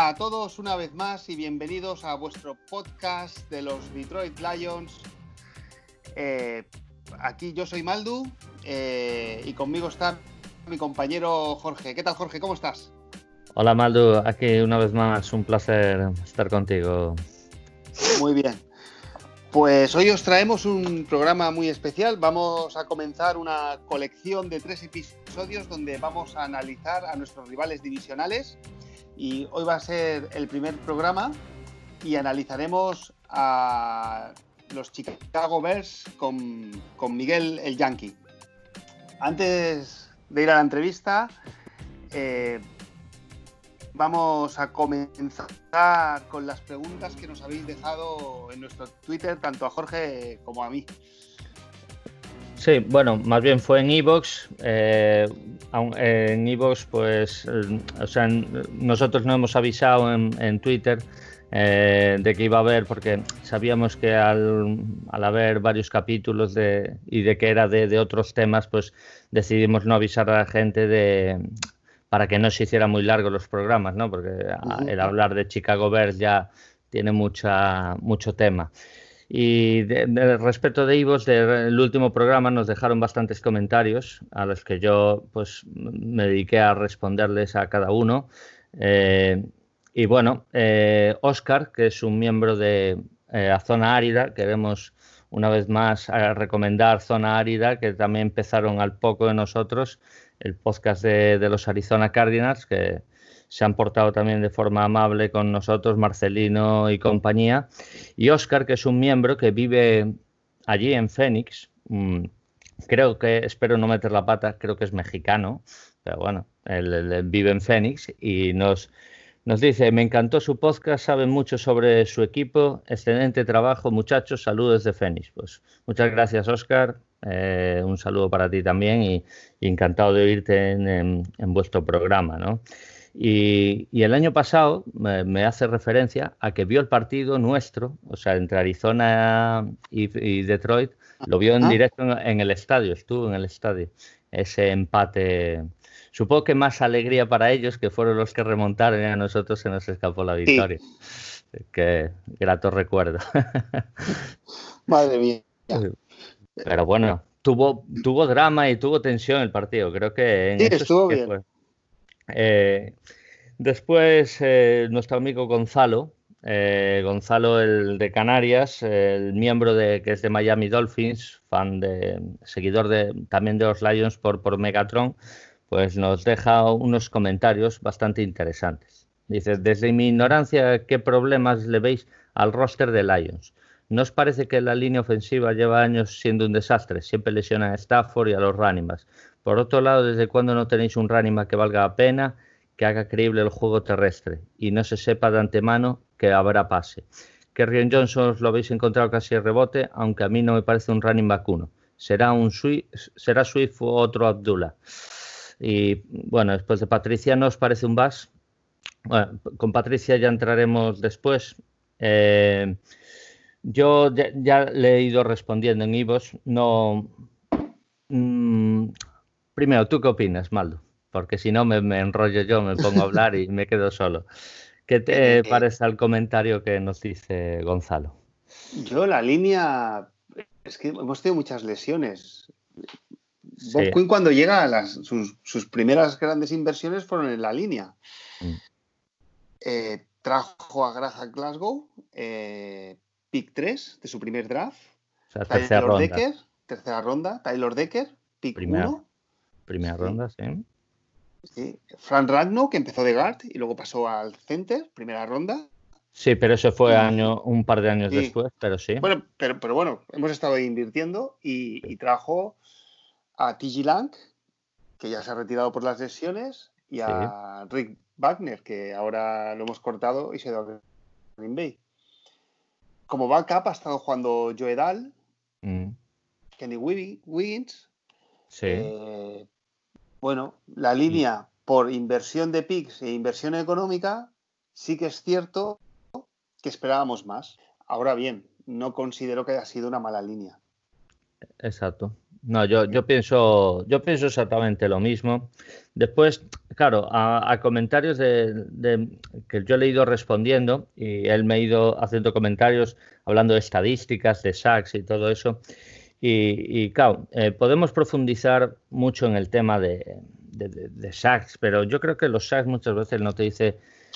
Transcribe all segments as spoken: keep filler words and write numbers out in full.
Hola a todos una vez más y bienvenidos a vuestro podcast de los Detroit Lions. Eh, aquí yo soy Maldu eh, y conmigo está mi compañero Jorge. ¿Qué tal, Jorge? ¿Cómo estás? Hola Maldu, aquí una vez más, un placer estar contigo. Muy bien. Pues hoy os traemos un programa muy especial. Vamos a comenzar una colección de tres episodios donde vamos a analizar a nuestros rivales divisionales. Y hoy va a ser el primer programa y analizaremos a los Chicago Bears con, con Miguel el Yankee. Antes de ir a la entrevista, eh, vamos a comenzar con las preguntas que nos habéis dejado en nuestro Twitter, tanto a Jorge como a mí. Sí, bueno, más bien fue en iVoox. Eh, en iVoox, pues, eh, o sea, nosotros no hemos avisado en, en Twitter eh, de que iba a haber, porque sabíamos que al, al haber varios capítulos de, y de que era de, de otros temas, pues decidimos no avisar a la gente de para que no se hicieran muy largos los programas, ¿no? Porque uh-huh. el hablar de Chicago Bears ya tiene mucha, mucho tema. Y de, de, respecto de iVoox, del último programa nos dejaron bastantes comentarios a los que yo pues me dediqué a responderles a cada uno. Eh, y bueno, eh, Óscar, que es un miembro de eh, Zona Árida, queremos una vez más a recomendar Zona Árida, que también empezaron al poco de nosotros, el podcast de, de los Arizona Cardinals, que se han portado también de forma amable con nosotros, Marcelino y compañía. Y Óscar, que es un miembro que vive allí en Phoenix. Mmm, creo que, espero no meter la pata, creo que es mexicano, pero bueno, él, él vive en Phoenix y nos, nos dice: me encantó su podcast, saben mucho sobre su equipo, excelente trabajo, muchachos, saludos de Phoenix. Pues muchas gracias, Óscar. Eh, un saludo para ti también y, y encantado de oírte en, en, en vuestro programa, ¿no? Y, y el año pasado me, me hace referencia a que vio el partido nuestro, o sea, entre Arizona y, y Detroit, lo vio en ¿Ah? directo en, en el estadio, estuvo en el estadio, ese empate. Supongo que más alegría para ellos, que fueron los que remontaron, y a nosotros se nos escapó la victoria. Sí. Qué grato recuerdo. Madre mía. Pero bueno, tuvo, tuvo drama y tuvo tensión el partido, creo que en sí, eso estuvo sí que bien. fue. Eh, Después, eh, nuestro amigo Gonzalo, eh, Gonzalo el de Canarias, el miembro de que es de Miami Dolphins, fan de, seguidor de, también de los Lions por, por Megatron, pues nos deja unos comentarios bastante interesantes. Dice: desde mi ignorancia, ¿qué problemas le veis al roster de Lions? ¿No os parece que la línea ofensiva lleva años siendo un desastre? Siempre lesionan a Stafford y a los running backs. Por otro lado, ¿desde cuándo no tenéis un running back que valga la pena, que haga creíble el juego terrestre y no se sepa de antemano que habrá pase? Kerryon Johnson os lo habéis encontrado casi de rebote, aunque a mí no me parece un running back uno. ¿Será un Swift, será Swift o otro Abdullah? Y bueno, después de Patricia, ¿no os parece un bus? Bueno, con Patricia ya entraremos después. Eh, yo ya, ya le he ido respondiendo en iVoox. No. Mmm, primero, ¿tú qué opinas, Maldo? Porque si no me, me enrollo yo, me pongo a hablar y me quedo solo. ¿Qué te eh, parece el comentario que nos dice Gonzalo? Yo la línea, es que hemos tenido muchas lesiones. Sí. Bob Quinn, cuando llega a las, sus, sus primeras grandes inversiones fueron en la línea. Mm. Eh, trajo a Graham Glasgow, eh, pick tres de su primer draft. O sea, tercera Taylor ronda. Decker, tercera ronda. Taylor Decker, pick uno. Primera sí. ronda, sí. Sí. Frank Ragnow, que empezó de guard y luego pasó al center, primera ronda. Sí, pero eso fue y, año, un par de años sí. después, pero sí. Bueno, pero, pero bueno, hemos estado invirtiendo y, sí. y trajo a T J Lang, que ya se ha retirado por las lesiones, y sí. a Rick Wagner, que ahora lo hemos cortado y se ha ido a Green Bay. Como backup ha estado jugando Joe Dahl, mm. Kenny Wiggins. Sí. Eh, bueno, la línea y... por inversión de picks e inversión económica, sí que es cierto que esperábamos más. Ahora bien, no considero que haya sido una mala línea. Exacto. No, yo, yo pienso, yo pienso exactamente lo mismo. Después, claro, a, a comentarios de, de, que yo le he ido respondiendo y él me ha ido haciendo comentarios hablando de estadísticas, de sacks y todo eso. Y, y claro, eh, podemos profundizar mucho en el tema de, de, de, de sacks, pero yo creo que los sacks muchas veces no te dice...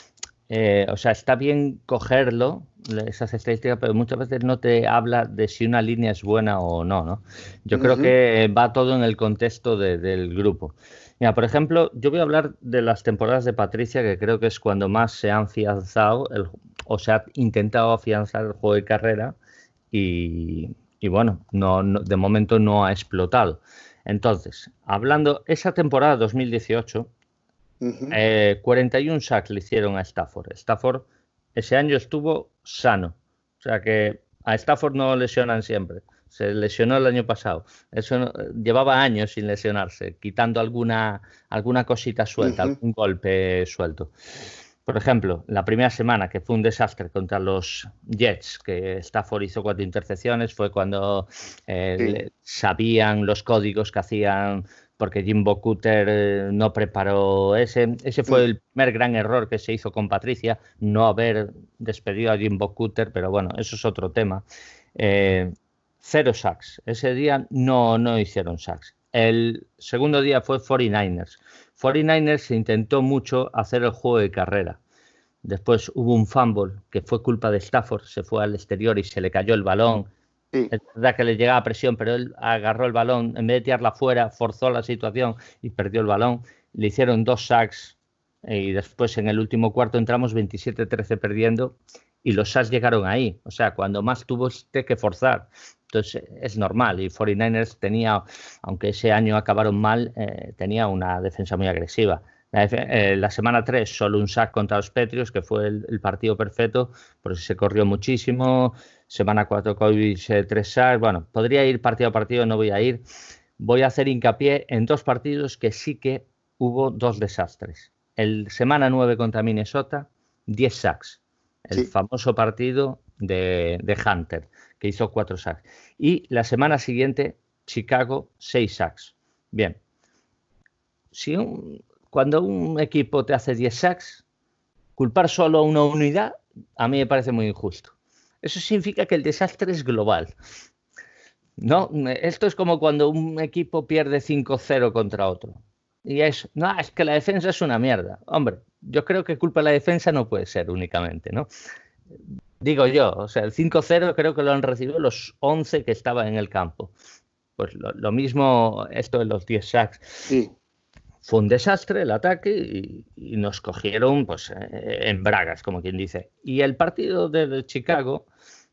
Eh, o sea, está bien cogerlo, esas estadísticas, pero muchas veces no te habla de si una línea es buena o no, ¿no? Yo creo Uh-huh. que va todo en el contexto de, del grupo. Mira, por ejemplo, yo voy a hablar de las temporadas de Patricia, que creo que es cuando más se han afianzado, el, o se ha intentado afianzar el juego de carrera y, y bueno, no, no, de momento no ha explotado. Entonces, hablando, esa temporada dos mil dieciocho... Uh-huh. Eh, cuarenta y uno sacks le hicieron a Stafford. Stafford ese año estuvo sano. O sea que a Stafford no lesionan siempre. Se lesionó el año pasado. Eso no, llevaba años sin lesionarse, quitando alguna, alguna cosita suelta, uh-huh. algún golpe suelto. Por ejemplo, la primera semana, que fue un desastre contra los Jets, que Stafford hizo cuatro intercepciones, fue cuando eh, sí. le, sabían los códigos que hacían, porque Jimbo Cooter eh, no preparó ese. Ese fue sí. el primer gran error que se hizo con Patricia, no haber despedido a Jimbo Cooter, pero bueno, eso es otro tema. Eh, cero sacks. Ese día no, no hicieron sacks. El segundo día fue cuarenta y nueve ers. cuarenta y nueve ers se intentó mucho hacer el juego de carrera. Después hubo un fumble que fue culpa de Stafford, se fue al exterior y se le cayó el balón. Sí. Es verdad que le llegaba presión, pero él agarró el balón, en vez de tirarla afuera, forzó la situación y perdió el balón. Le hicieron dos sacks y después en el último cuarto entramos veintisiete trece perdiendo y los sacks llegaron ahí. O sea, cuando más tuviste que forzar. Entonces es normal y cuarenta y nueve ers tenía, aunque ese año acabaron mal, eh, tenía una defensa muy agresiva. La, eh, la semana tres solo un sack contra los Patriots, que fue el, el partido perfecto, por eso se corrió muchísimo. Semana cuatro Cowboys, eh, tres sacks. Bueno, podría ir partido a partido, no voy a ir. Voy a hacer hincapié en dos partidos que sí que hubo dos desastres. El semana nueve contra Minnesota, diez sacks. El sí. famoso partido de, de Hunter, que hizo cuatro sacks. Y la semana siguiente, Chicago, seis sacks. Bien. Si un, cuando un equipo te hace diez sacks, culpar solo a una unidad, a mí me parece muy injusto. Eso significa que el desastre es global. No, esto es como cuando un equipo pierde cinco cero contra otro. Y es, no, es que la defensa es una mierda. Hombre, yo creo que culpa de la defensa no puede ser únicamente, ¿no? Digo yo, o sea, el cinco cero creo que lo han recibido los once que estaban en el campo. Pues lo, lo mismo esto de los diez sacks. Sí. Fue un desastre el ataque y, y nos cogieron pues eh, en bragas, como quien dice. Y el partido de, de Chicago,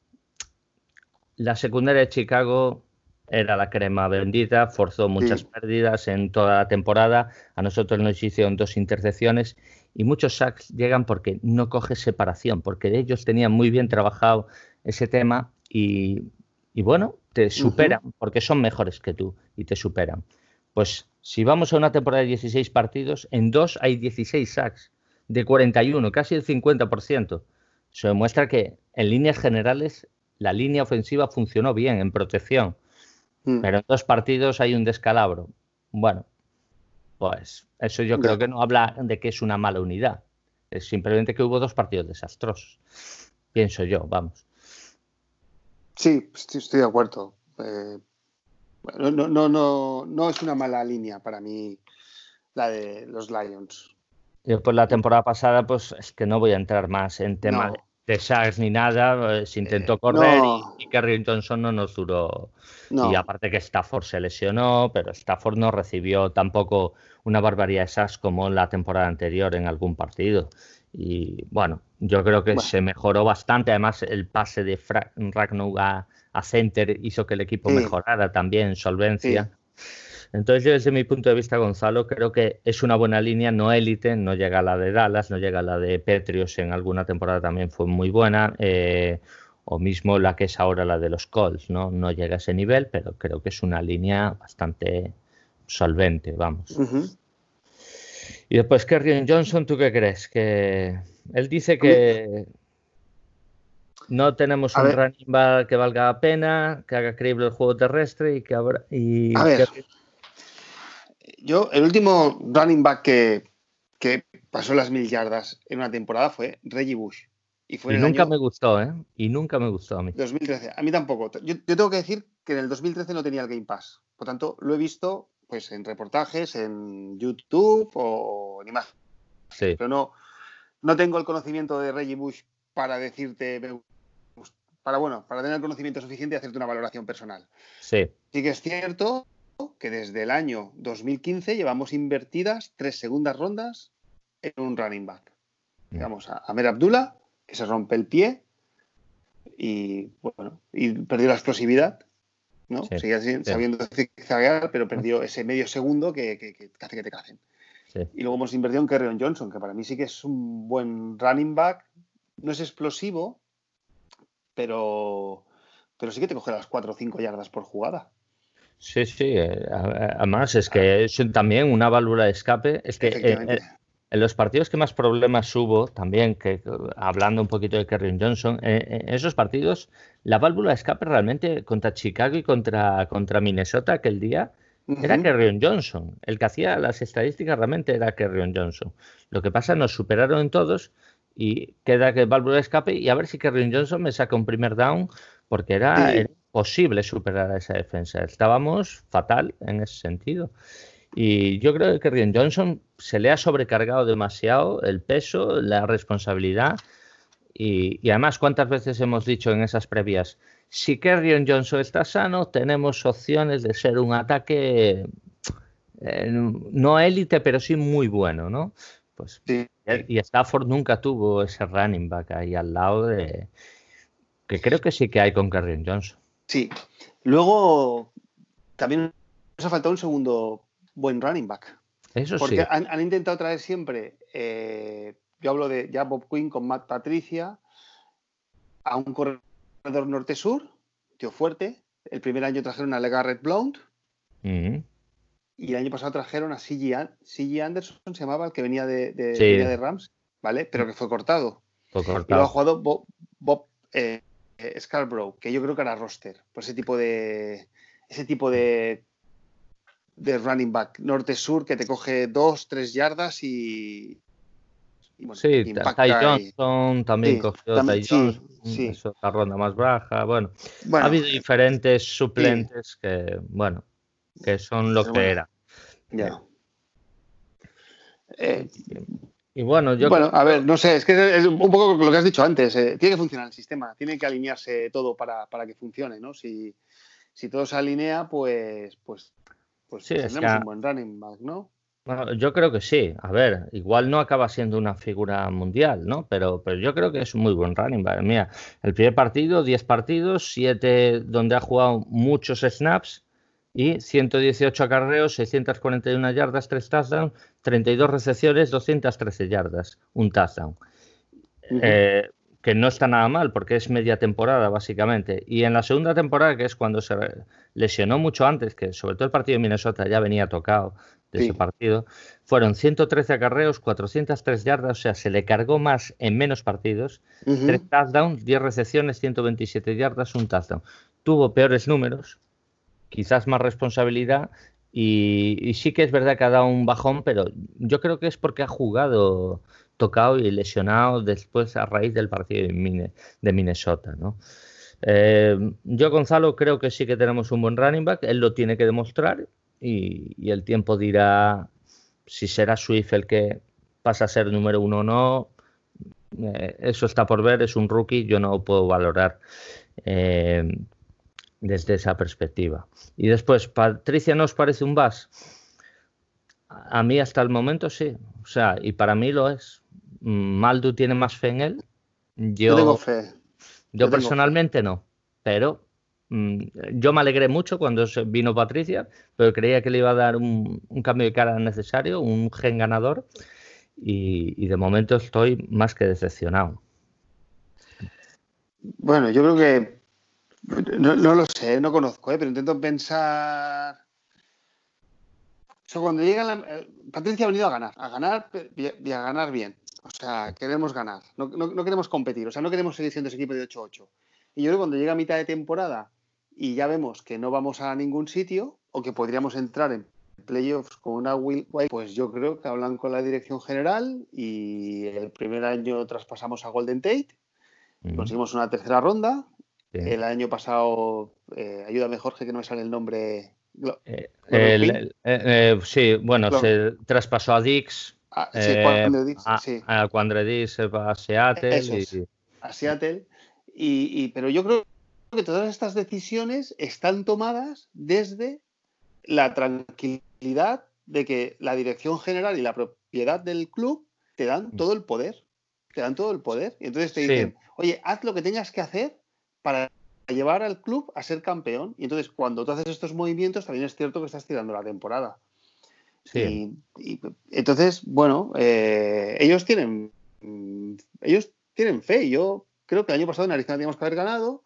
la secundaria de Chicago era la crema bendita, forzó muchas sí. pérdidas en toda la temporada. A nosotros nos hicieron dos intercepciones y muchos sacks llegan porque no coge separación, porque ellos tenían muy bien trabajado ese tema y, y bueno, te superan, uh-huh. porque son mejores que tú y te superan. Pues si vamos a una temporada de dieciséis partidos, en dos hay dieciséis sacks, de cuarenta y uno, casi el cincuenta por ciento. Eso demuestra que en líneas generales la línea ofensiva funcionó bien en protección, mm. pero en dos partidos hay un descalabro. Bueno, pues eso yo creo que no habla de que es una mala unidad, es simplemente que hubo dos partidos desastrosos, pienso yo, vamos. Sí, estoy de acuerdo. Eh... No, no, no, no, no es una mala línea para mí la de los Lions. Yo pues la temporada pasada pues es que no voy a entrar más en tema no. de sacks ni nada, se intentó correr eh, no. y, y Kerryon Johnson no nos duró no. y aparte que Stafford se lesionó, pero Stafford no recibió tampoco una barbaridad de sacks como en la temporada anterior en algún partido y bueno, yo creo que bueno. se mejoró bastante, además el pase de Fra- Ragnow a a center hizo que el equipo sí. mejorara también solvencia. Sí. Entonces yo desde mi punto de vista, Gonzalo, creo que es una buena línea, no élite, no llega a la de Dallas, no llega a la de Patriots, en alguna temporada también fue muy buena, eh, o mismo la que es ahora la de los Colts, ¿no? No llega a ese nivel, pero creo que es una línea bastante solvente, vamos. Uh-huh. Y después Kerryon Johnson, ¿tú qué crees? Que él dice que no tenemos a un ver. running back que valga la pena, que haga creíble el juego terrestre y que habrá. Y a ver, que... yo, el último running back que, que pasó las mil yardas en una temporada fue Reggie Bush. Y fue y en el nunca año me gustó, ¿eh? Y nunca me gustó a mí. dos mil trece. A mí tampoco. Yo, yo tengo que decir que en el dos mil trece no tenía el Game Pass. Por tanto, lo he visto pues en reportajes, en YouTube o en imágenes. Sí. Pero no, no tengo el conocimiento de Reggie Bush para decirte, para bueno, para tener el conocimiento suficiente y hacerte una valoración personal. Sí. Sí que es cierto que desde el año dos mil quince llevamos invertidas tres segundas rondas en un running back. Digamos, a Amer Abdullah, que se rompe el pie y bueno, y perdió la explosividad, ¿no? Sí, Seguía sí. sabiendo zigzaguear, pero perdió ese medio segundo que, que, que hace que te cacen. Sí. Y luego hemos invertido en Kerryon Johnson, que para mí sí que es un buen running back. No es explosivo, pero, pero sí que te coge las cuatro o cinco yardas por jugada. Sí, sí. Además es que es también una válvula de escape. Es que en, en los partidos que más problemas hubo, también, que hablando un poquito de Kerryon Johnson, en, en esos partidos, la válvula de escape realmente contra Chicago y contra, contra Minnesota aquel día era uh-huh. Kerryon Johnson. El que hacía las estadísticas realmente era Kerryon Johnson. Lo que pasa, nos superaron en todos y queda que válvula de escape y a ver si Kerryon Johnson me saca un primer down, porque era, sí. era imposible superar a esa defensa. Estábamos fatal en ese sentido. Y yo creo que Kerryon Johnson se le ha sobrecargado demasiado el peso, la responsabilidad. Y, y además, ¿cuántas veces hemos dicho en esas previas? Si Kerryon Johnson está sano, tenemos opciones de ser un ataque eh, no élite, pero sí muy bueno, ¿no? Pues sí. Y Stafford nunca tuvo ese running back ahí al lado de que creo que sí que hay con Kerryon Johnson. Sí. Luego también nos ha faltado un segundo buen running back. Eso porque sí. han, han intentado traer siempre, eh, yo hablo de ya Bob Quinn con Matt Patricia, a un corredor norte-sur, tío fuerte. El primer año trajeron a LeGarrette Blount. Uh-huh. Y el año pasado trajeron a C J Anderson, se llamaba, el que venía de, de, sí. venía de Rams, ¿vale? Pero que fue cortado. Fue cortado. Y luego ha jugado Bob, Bob eh, Scarborough, que yo creo que era roster, por ese tipo de ese tipo de, de running back norte-sur que te coge dos, tres yardas y, y bueno, sí, impacta. Ty Johnson y... también sí, cogió también, Ty Johnson, sí, sí. Es otra ronda más baja. Bueno, bueno, ha habido diferentes suplentes sí. que, bueno, que son lo Pero que bueno, era. Ya. Eh, y bueno, yo bueno, creo... a ver, no sé, es que es un poco lo que has dicho antes. Eh, tiene que funcionar el sistema, tiene que alinearse todo para, para que funcione, ¿no? Si, si todo se alinea, pues, pues, pues sí, tendremos es que... un buen running back, ¿no? Bueno, yo creo que sí. A ver, igual no acaba siendo una figura mundial, ¿no? Pero, pero yo creo que es un muy buen running back. Mira, el primer partido, diez partidos, siete donde ha jugado muchos snaps y ciento dieciocho acarreos, seiscientas cuarenta y una yardas, tres touchdowns, treinta y dos recepciones, doscientas trece yardas, un touchdown. Uh-huh. Eh, que no está nada mal porque es media temporada básicamente. Y en la segunda temporada, que es cuando se lesionó mucho antes, que sobre todo el partido de Minnesota ya venía tocado de sí. ese partido, fueron ciento trece acarreos, cuatrocientas tres yardas, o sea, se le cargó más en menos partidos, uh-huh. tres touchdowns, diez recepciones, ciento veintisiete yardas, un touchdown. Tuvo peores números, quizás más responsabilidad y, y sí que es verdad que ha dado un bajón, pero yo creo que es porque ha jugado tocado y lesionado después a raíz del partido de Minnesota, ¿no? Eh, yo, Gonzalo, creo que sí que tenemos un buen running back, él lo tiene que demostrar y, y el tiempo dirá si será Swift el que pasa a ser número uno o no. Eh, eso está por ver, es un rookie, yo no lo puedo valorar eh, desde esa perspectiva. Y después, ¿Patricia nos parece un bus? A mí hasta el momento sí, o sea, y para mí lo es. Maldu tiene más fe en él. Yo, yo tengo fe. Yo, yo personalmente fe. no, pero mmm, yo me alegré mucho cuando vino Patricia, pero creía que le iba a dar un, un cambio de cara necesario, un gen ganador, y, y de momento estoy más que decepcionado. Bueno, yo creo que no, no lo sé, no conozco, ¿eh? Pero intento pensar. O sea, cuando llega la... Patricia ha venido a ganar, a ganar y a ganar bien. O sea, queremos ganar, no, no, no queremos competir, o sea, no queremos seguir siendo ese equipo de ocho ocho. Y yo creo que cuando llega a mitad de temporada y ya vemos que no vamos a ningún sitio o que podríamos entrar en playoffs con una wild, pues yo creo que hablan con la dirección general y el primer año traspasamos a Golden Tate, uh-huh. conseguimos una tercera ronda. Sí. El año pasado, eh, ayúdame Jorge que no me sale el nombre. Eh, el, el, eh, sí, bueno, Glor se traspasó a Dix. Ah, sí, eh, Dix, a, sí. a cuando Dix va a Seattle. Eso es, y... a Seattle. Y, y, pero yo creo que todas estas decisiones están tomadas desde la tranquilidad de que la dirección general y la propiedad del club te dan todo el poder. Te dan todo el poder. Y entonces te dicen, sí. oye, haz lo que tengas que hacer para llevar al club a ser campeón. Y entonces, cuando tú haces estos movimientos, también es cierto que estás tirando la temporada. Sí. Y, y entonces, bueno, eh, ellos tienen ellos tienen fe. Yo creo que el año pasado en Arizona teníamos que haber ganado.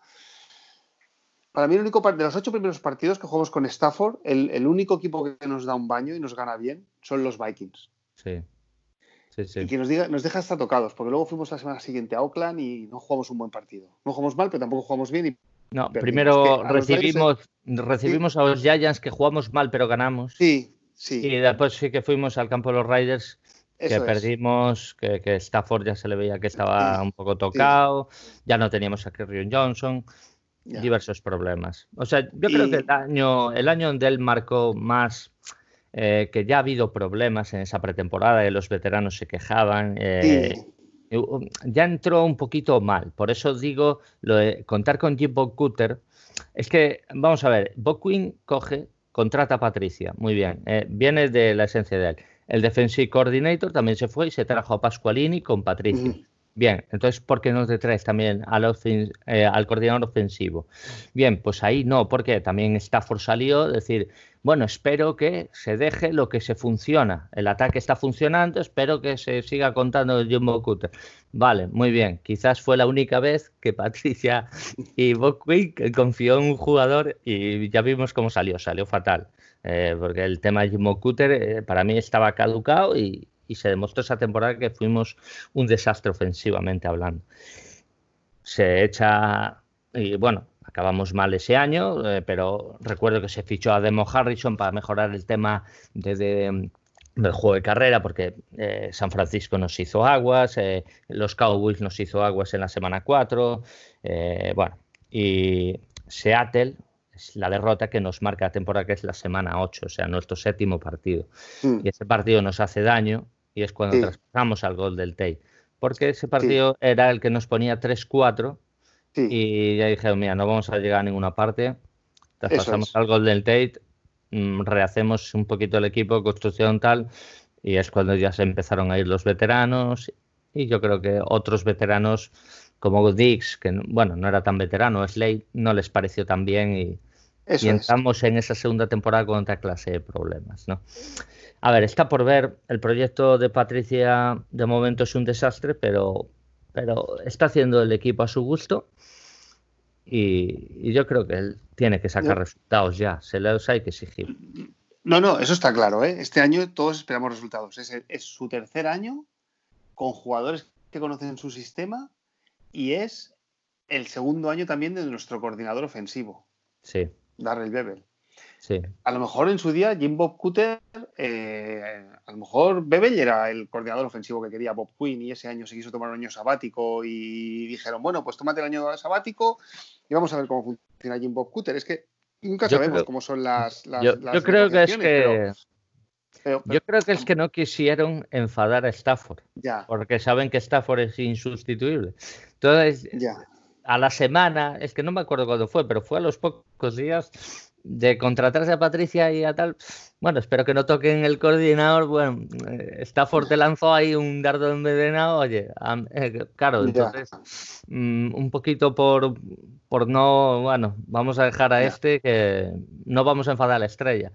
Para mí, el único de los ocho primeros partidos que jugamos con Stafford, el, el único equipo que nos da un baño y nos gana bien son los Vikings. Sí. Sí, sí. Y que nos, diga, nos deja hasta tocados, porque luego fuimos la semana siguiente a Oakland y no jugamos un buen partido. No jugamos mal, pero tampoco jugamos bien. Y no, primero es que recibimos, Raiders... recibimos sí. a los Giants que jugamos mal, pero ganamos. Sí, sí. Y después sí que fuimos al campo de los Raiders, que Eso perdimos, es. que, que Stafford ya se le veía que estaba sí. un poco tocado, sí. ya no teníamos a Kerryon Johnson, ya. diversos problemas. O sea, yo y... creo que el año, el año donde él marcó más... Eh, que ya ha habido problemas en esa pretemporada, y los veteranos se quejaban. Eh, sí. Ya entró un poquito mal. Por eso digo, lo de contar con Jim Bob Cooter. Es que, vamos a ver, Bob Quinn coge, contrata a Patricia. Muy bien. Eh, viene de la esencia de él. El defensive coordinator también se fue y se trajo a Pasqualini con Patricia. Mm. Bien, entonces, ¿por qué no te traes también al, ofens eh, al coordinador ofensivo? Bien, pues ahí no, porque también Stafford salió, decir, bueno, espero que se deje lo que se funciona. El ataque está funcionando, espero que se siga contando el Jumbo Cooter. Vale, muy bien. Quizás fue la única vez que Patricia y Bob Quinn confió en un jugador y ya vimos cómo salió, salió fatal. Eh, porque el tema de Jumbo Cooter eh, para mí estaba caducado y... y se demostró esa temporada que fuimos un desastre ofensivamente hablando. Se echa, y bueno, acabamos mal ese año, eh, pero recuerdo que se fichó a Demo Harrison para mejorar el tema de, de, del juego de carrera, porque eh, San Francisco nos hizo aguas, eh, los Cowboys nos hizo aguas en la semana cuatro, eh, bueno, y Seattle es la derrota que nos marca la temporada, que es la semana ocho, o sea, nuestro séptimo partido. Mm. Y ese partido nos hace daño y es cuando sí. traspasamos al Golden Tate. Porque ese partido sí. era el que nos ponía tres cuatro sí. y ya dije, mira, no vamos a llegar a ninguna parte. Traspasamos es. al Golden Tate, mmm, rehacemos un poquito el equipo, construcción tal, y es cuando ya se empezaron a ir los veteranos y yo creo que otros veteranos como Dix, que bueno, no era tan veterano, Slade, no les pareció tan bien y, y entramos es. en esa segunda temporada con otra clase de problemas, ¿no? A ver, está por ver, el proyecto de Patricia de momento es un desastre, pero, pero está haciendo el equipo a su gusto y, y yo creo que él tiene que sacar ¿No? resultados ya, se los hay que exigir. No, no, eso está claro, ¿eh? Este año todos esperamos resultados, es, es su tercer año con jugadores que conocen su sistema. Y es el segundo año también de nuestro coordinador ofensivo, sí. Darrell Bevell. Sí. A lo mejor en su día Jim Bob Cooter, eh, a lo mejor Bevell era el coordinador ofensivo que quería Bob Quinn y ese año se quiso tomar un año sabático y dijeron, bueno, pues tómate el año sabático y vamos a ver cómo funciona Jim Bob Cooter. Es que nunca yo sabemos creo, cómo son las, las, yo, las yo creo que es que pero... Pero, pero, Yo creo que es que no quisieron enfadar a Stafford, ya. porque saben que Stafford es insustituible. Entonces, ya. a la semana, es que no me acuerdo cuándo fue, pero fue a los pocos días de contratarse a Patricia y a tal. Bueno, espero que no toquen el coordinador. Bueno, Stafford te lanzó ahí un dardo envenenado. Oye, eh, claro, entonces, um, un poquito por, por no, bueno, vamos a dejar a ya. este que no vamos a enfadar a la estrella.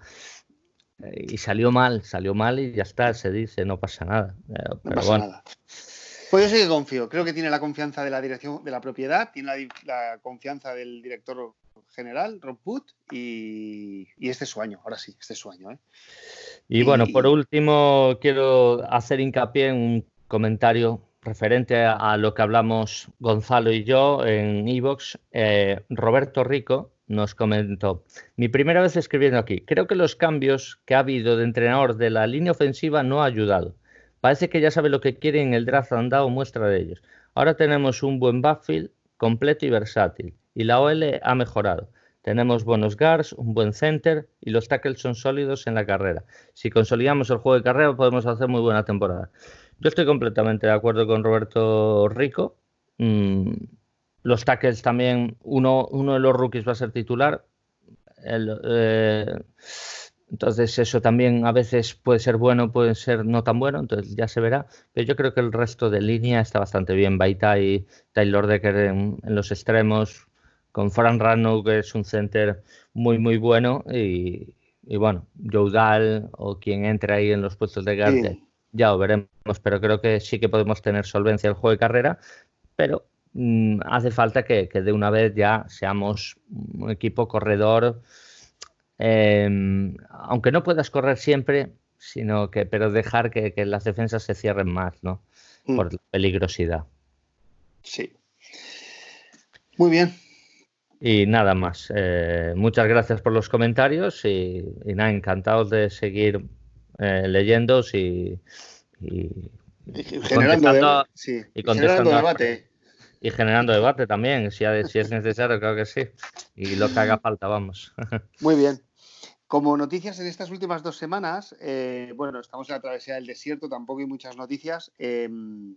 Y salió mal, salió mal y ya está, se dice, no pasa nada. Pero, no pasa bueno. nada. Pues yo sí que confío, creo que tiene la confianza de la dirección de la propiedad, tiene la, la confianza del director general, Rob Wood, y, y este es su año, ahora sí, este es su año. ¿eh? Y, y bueno, por último, quiero hacer hincapié en un comentario referente a, a lo que hablamos Gonzalo y yo en iVoox. Eh, Roberto Rico nos comentó: mi primera vez escribiendo aquí, creo que los cambios que ha habido de entrenador de la línea ofensiva no ha ayudado. Parece que ya sabe lo que quiere y en el draft han dado muestra de ellos. Ahora tenemos un buen backfield completo y versátil, y la O L ha mejorado. Tenemos buenos guards, un buen center y los tackles son sólidos en la carrera. Si consolidamos el juego de carrera podemos hacer muy buena temporada. Yo estoy completamente de acuerdo con Roberto Rico. Mm, los tackles también, uno, uno de los rookies va a ser titular. El, eh, entonces eso también a veces puede ser bueno, puede ser no tan bueno, entonces ya se verá. Pero yo creo que el resto de línea está bastante bien. Baita y Taylor Decker en, en los extremos, con Fran Rano, que es un center muy muy bueno, y, y bueno, Joe Dahl o quien entre ahí en los puestos de guard, sí. Ya lo veremos, pero creo que sí que podemos tener solvencia en el juego de carrera, pero mmm, hace falta que, que de una vez ya seamos un equipo corredor, eh, aunque no puedas correr siempre, sino que pero dejar que, que las defensas se cierren más, ¿no? Mm. Por la peligrosidad. Sí. Muy bien. Y nada más. Eh, muchas gracias por los comentarios y, y nada, encantados de seguir eh, leyendo y, y, y generando, de, sí, y generando debate. Y generando debate también, si, si es necesario, creo que sí. Y lo que haga falta, vamos. Muy bien. Como noticias en estas últimas dos semanas, eh, bueno, estamos en la travesía del desierto, tampoco hay muchas noticias. Eh,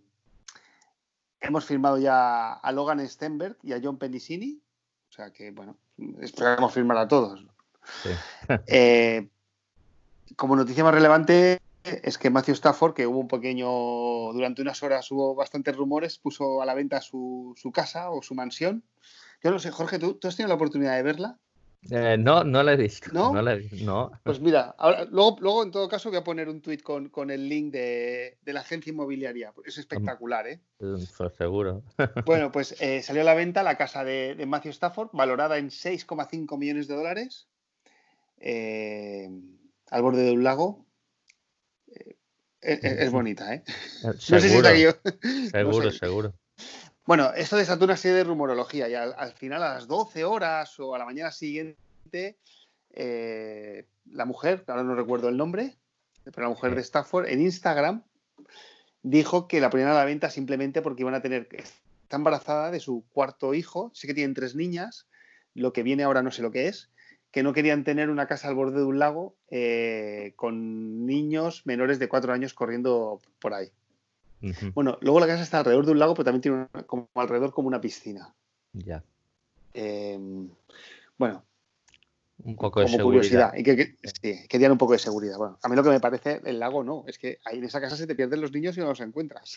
hemos firmado ya a Logan Stenberg y a John Penisini. O sea que, bueno, esperamos firmar a todos. Sí. eh, como noticia más relevante es que Matthew Stafford, que hubo un pequeño, durante unas horas hubo bastantes rumores, puso a la venta su, su casa o su mansión. Yo no sé, Jorge, ¿tú, ¿tú has tenido la oportunidad de verla? Eh, no, no la he visto. ¿No? No la he visto, no. Pues mira, ahora, luego, luego en todo caso voy a poner un tuit con, con el link de, de la agencia inmobiliaria. Es espectacular, ¿eh? Pues seguro. Bueno, pues eh, salió a la venta la casa de, de Matthew Stafford, valorada en seis coma cinco millones de dólares, eh, al borde de un lago. Eh, es, es bonita, ¿eh? Seguro, no sé si es la que yo... Seguro, no sé. seguro. Bueno, esto desató una serie de rumorología y al, al final a las doce horas o a la mañana siguiente, eh, la mujer, ahora no recuerdo el nombre, pero la mujer sí. de Stafford, en Instagram, dijo que la ponían a la venta simplemente porque iban a tener... Está embarazada de su cuarto hijo, sé que tienen tres niñas, lo que viene ahora no sé lo que es, que no querían tener una casa al borde de un lago eh, con niños menores de cuatro años corriendo por ahí. Uh-huh. Bueno, luego la casa está alrededor de un lago, pero también tiene una, como alrededor como una piscina. Ya. Yeah. Eh, bueno, un poco como de seguridad. Curiosidad. Y que, que, sí, querían un poco de seguridad. Bueno, a mí lo que me parece, el lago no, es que ahí en esa casa se te pierden los niños y no los encuentras.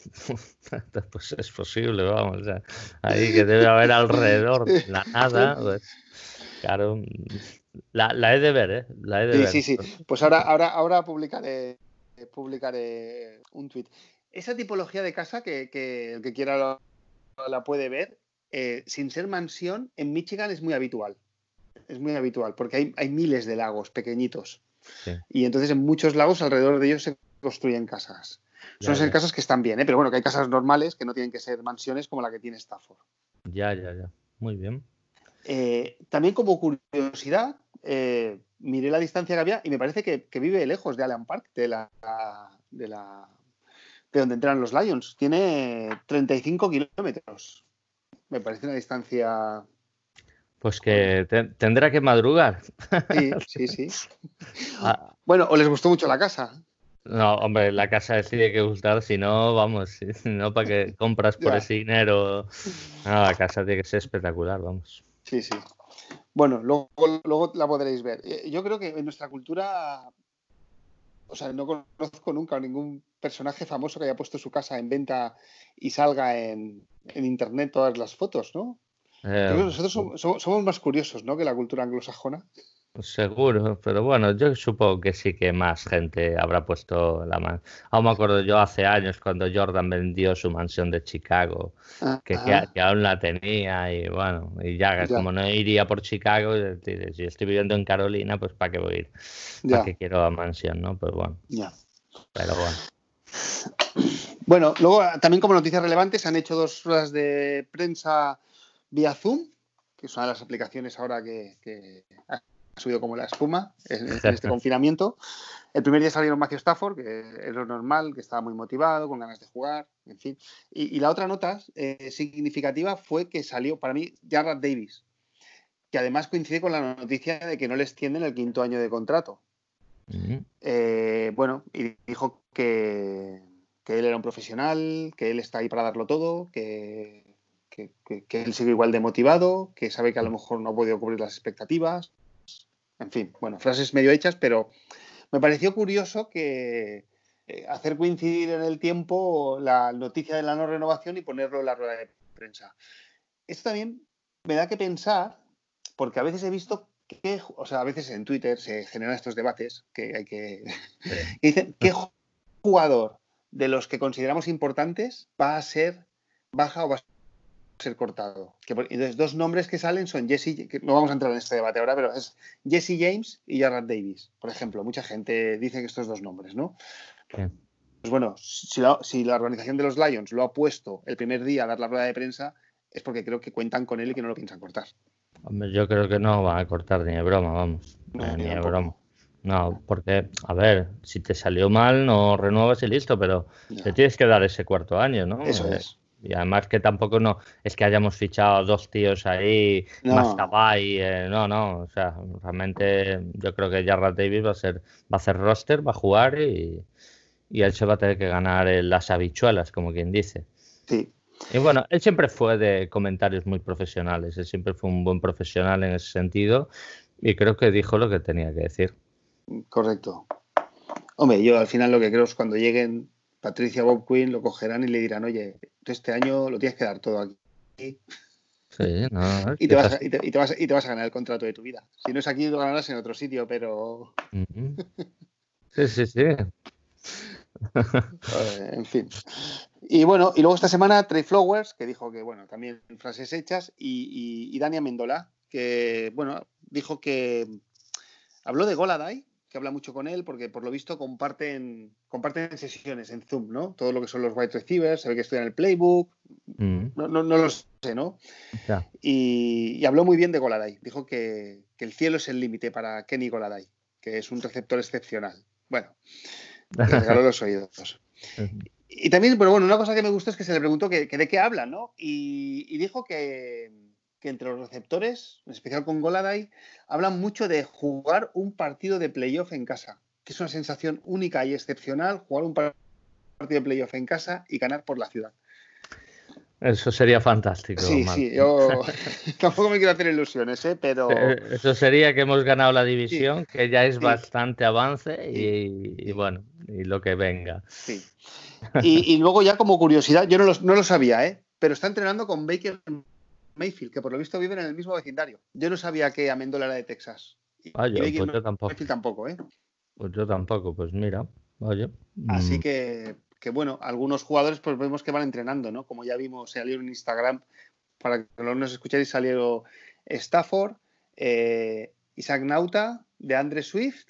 Pues es posible, vamos. O sea, ahí que debe haber alrededor la nada. Pues, claro, la, la he de ver, ¿eh? La he de sí, ver. sí, sí. Pues ahora, ahora, ahora publicaré, publicaré un tuit. Esa tipología de casa que, que el que quiera la, la puede ver, eh, sin ser mansión, en Michigan es muy habitual. Es muy habitual porque hay, hay miles de lagos pequeñitos. Sí. Y entonces en muchos lagos alrededor de ellos se construyen casas. Son ser casas que están bien, ¿eh? Pero bueno, que hay casas normales que no tienen que ser mansiones como la que tiene Stafford. Ya, ya, ya. Muy bien. Eh, también como curiosidad, eh, miré la distancia que había y me parece que, que vive lejos de Allen Park, de la, de la de donde entran los Lions. Tiene treinta y cinco kilómetros. Me parece una distancia... Pues que te, tendrá que madrugar. Sí, sí, sí. Ah. Bueno, ¿o les gustó mucho la casa? No, hombre, la casa les tiene que gustar, si no, vamos, si no, ¿para qué compras por ese dinero? No, la casa tiene que ser espectacular, vamos. Sí, sí. Bueno, luego, luego la podréis ver. Yo creo que en nuestra cultura, o sea, no conozco nunca a ningún personaje famoso que haya puesto su casa en venta y salga en, en internet todas las fotos, ¿no? Eh, creo que nosotros somos, somos, somos más curiosos, ¿no?, que la cultura anglosajona. Seguro, pero bueno, yo supongo que sí que más gente habrá puesto la mano. Aún me acuerdo yo hace años cuando Jordan vendió su mansión de Chicago, que, que, que aún la tenía y bueno, y ya, ya. como no iría por Chicago, si estoy viviendo en Carolina, pues ¿para qué voy a ir? ¿Para ya. qué quiero la mansión, no? Pues bueno, ya. pero bueno. Bueno, luego también como noticias relevantes se han hecho dos ruedas de prensa vía Zoom. que es una de las aplicaciones ahora que, que ha subido como la espuma en, en este confinamiento. El primer día salieron Matthew Stafford, que es lo normal, que estaba muy motivado, con ganas de jugar, en fin. Y, y la otra nota eh, significativa fue que salió, para mí, Jarrad Davis, que además coincide con la noticia de que no le extienden el quinto año de contrato. Uh-huh. Eh, bueno, y dijo que, que él era un profesional, que él está ahí para darlo todo, que, que, que, que él sigue igual de motivado, que sabe que a lo mejor no ha podido cubrir las expectativas. En fin, bueno, frases medio hechas, pero me pareció curioso que eh, hacer coincidir en el tiempo la noticia de la no renovación y ponerlo en la rueda de prensa. Esto también me da que pensar, porque a veces he visto que, o sea, a veces en Twitter se generan estos debates que hay que, que dicen qué jugador de los que consideramos importantes va a ser baja o va a ser cortado. Que, entonces, dos nombres que salen son Jesse, que no vamos a entrar en este debate ahora, pero es Jesse James y Jarrad Davis, por ejemplo. Mucha gente dice que estos dos nombres, ¿no? Sí. Pues bueno, si la, si la organización de los Lions lo ha puesto el primer día a dar la rueda de prensa, es porque creo que cuentan con él y que no lo piensan cortar. Hombre, yo creo que no van a cortar ni de broma, vamos. No, eh, ni de broma. No, porque, a ver, si te salió mal, no renuevas y listo, pero no. Te tienes que dar ese cuarto año, ¿no? Eso eh, es. Y además que tampoco no es que hayamos fichado a dos tíos ahí, no. más Tabay, eh, no, no, o sea, realmente yo creo que Jarrad Davis va a ser, va a hacer roster, va a jugar y, y él se va a tener que ganar las habichuelas, como quien dice. Sí. Y bueno, él siempre fue de comentarios muy profesionales, él siempre fue un buen profesional en ese sentido y creo que dijo lo que tenía que decir. Correcto. Hombre, yo al final lo que creo es cuando lleguen Patricia, Bob Quinn, lo cogerán y le dirán, oye, tú este año lo tienes que dar todo aquí. Sí, no, y, te vas a, y, te, y, te vas, y te vas a ganar el contrato de tu vida. Si no es aquí, lo ganarás en otro sitio, pero... Uh-huh. Sí, sí, sí. En fin. Y bueno, y luego esta semana Trey Flowers, que dijo que, bueno, también frases hechas, y, y, y Dani Amendola, que, bueno, dijo que habló de Golladay, que habla mucho con él, porque por lo visto comparten, comparten sesiones en Zoom, ¿no? Todo lo que son los wide receivers, se ve que estudian el playbook, mm. no, no, no lo sé, ¿no? Ya. Y, y habló muy bien de Golladay. Dijo que, que el cielo es el límite para Kenny Golladay, que es un receptor excepcional. Bueno, le regaló los oídos. Y también, pero bueno, una cosa que me gustó es que se le preguntó que, que de qué hablan, ¿no? Y, y dijo que, que entre los receptores, en especial con Golladay, hablan mucho de jugar un partido de playoff en casa, que es una sensación única y excepcional, jugar un partido de playoff en casa y ganar por la ciudad. Eso sería fantástico. Sí, Martín. sí, yo tampoco me quiero hacer ilusiones, ¿eh? Pero... Eso sería que hemos ganado la división, sí, que ya es sí. bastante avance y, sí. y bueno, y lo que venga. Sí. Y, y luego ya como curiosidad, yo no lo, no lo sabía, ¿eh? Pero está entrenando con Baker Mayfield, que por lo visto viven en el mismo vecindario. Yo no sabía que Amendola era de Texas. Y, ah, yo, y pues yo tampoco. Mayfield tampoco, ¿eh? Pues yo tampoco, pues mira, oye. Así mm. que, que, bueno, algunos jugadores pues vemos que van entrenando, ¿no? Como ya vimos, salieron en Instagram, para que no nos escucháis, salieron Stafford, eh, Isaac Nauta, de Andre Swift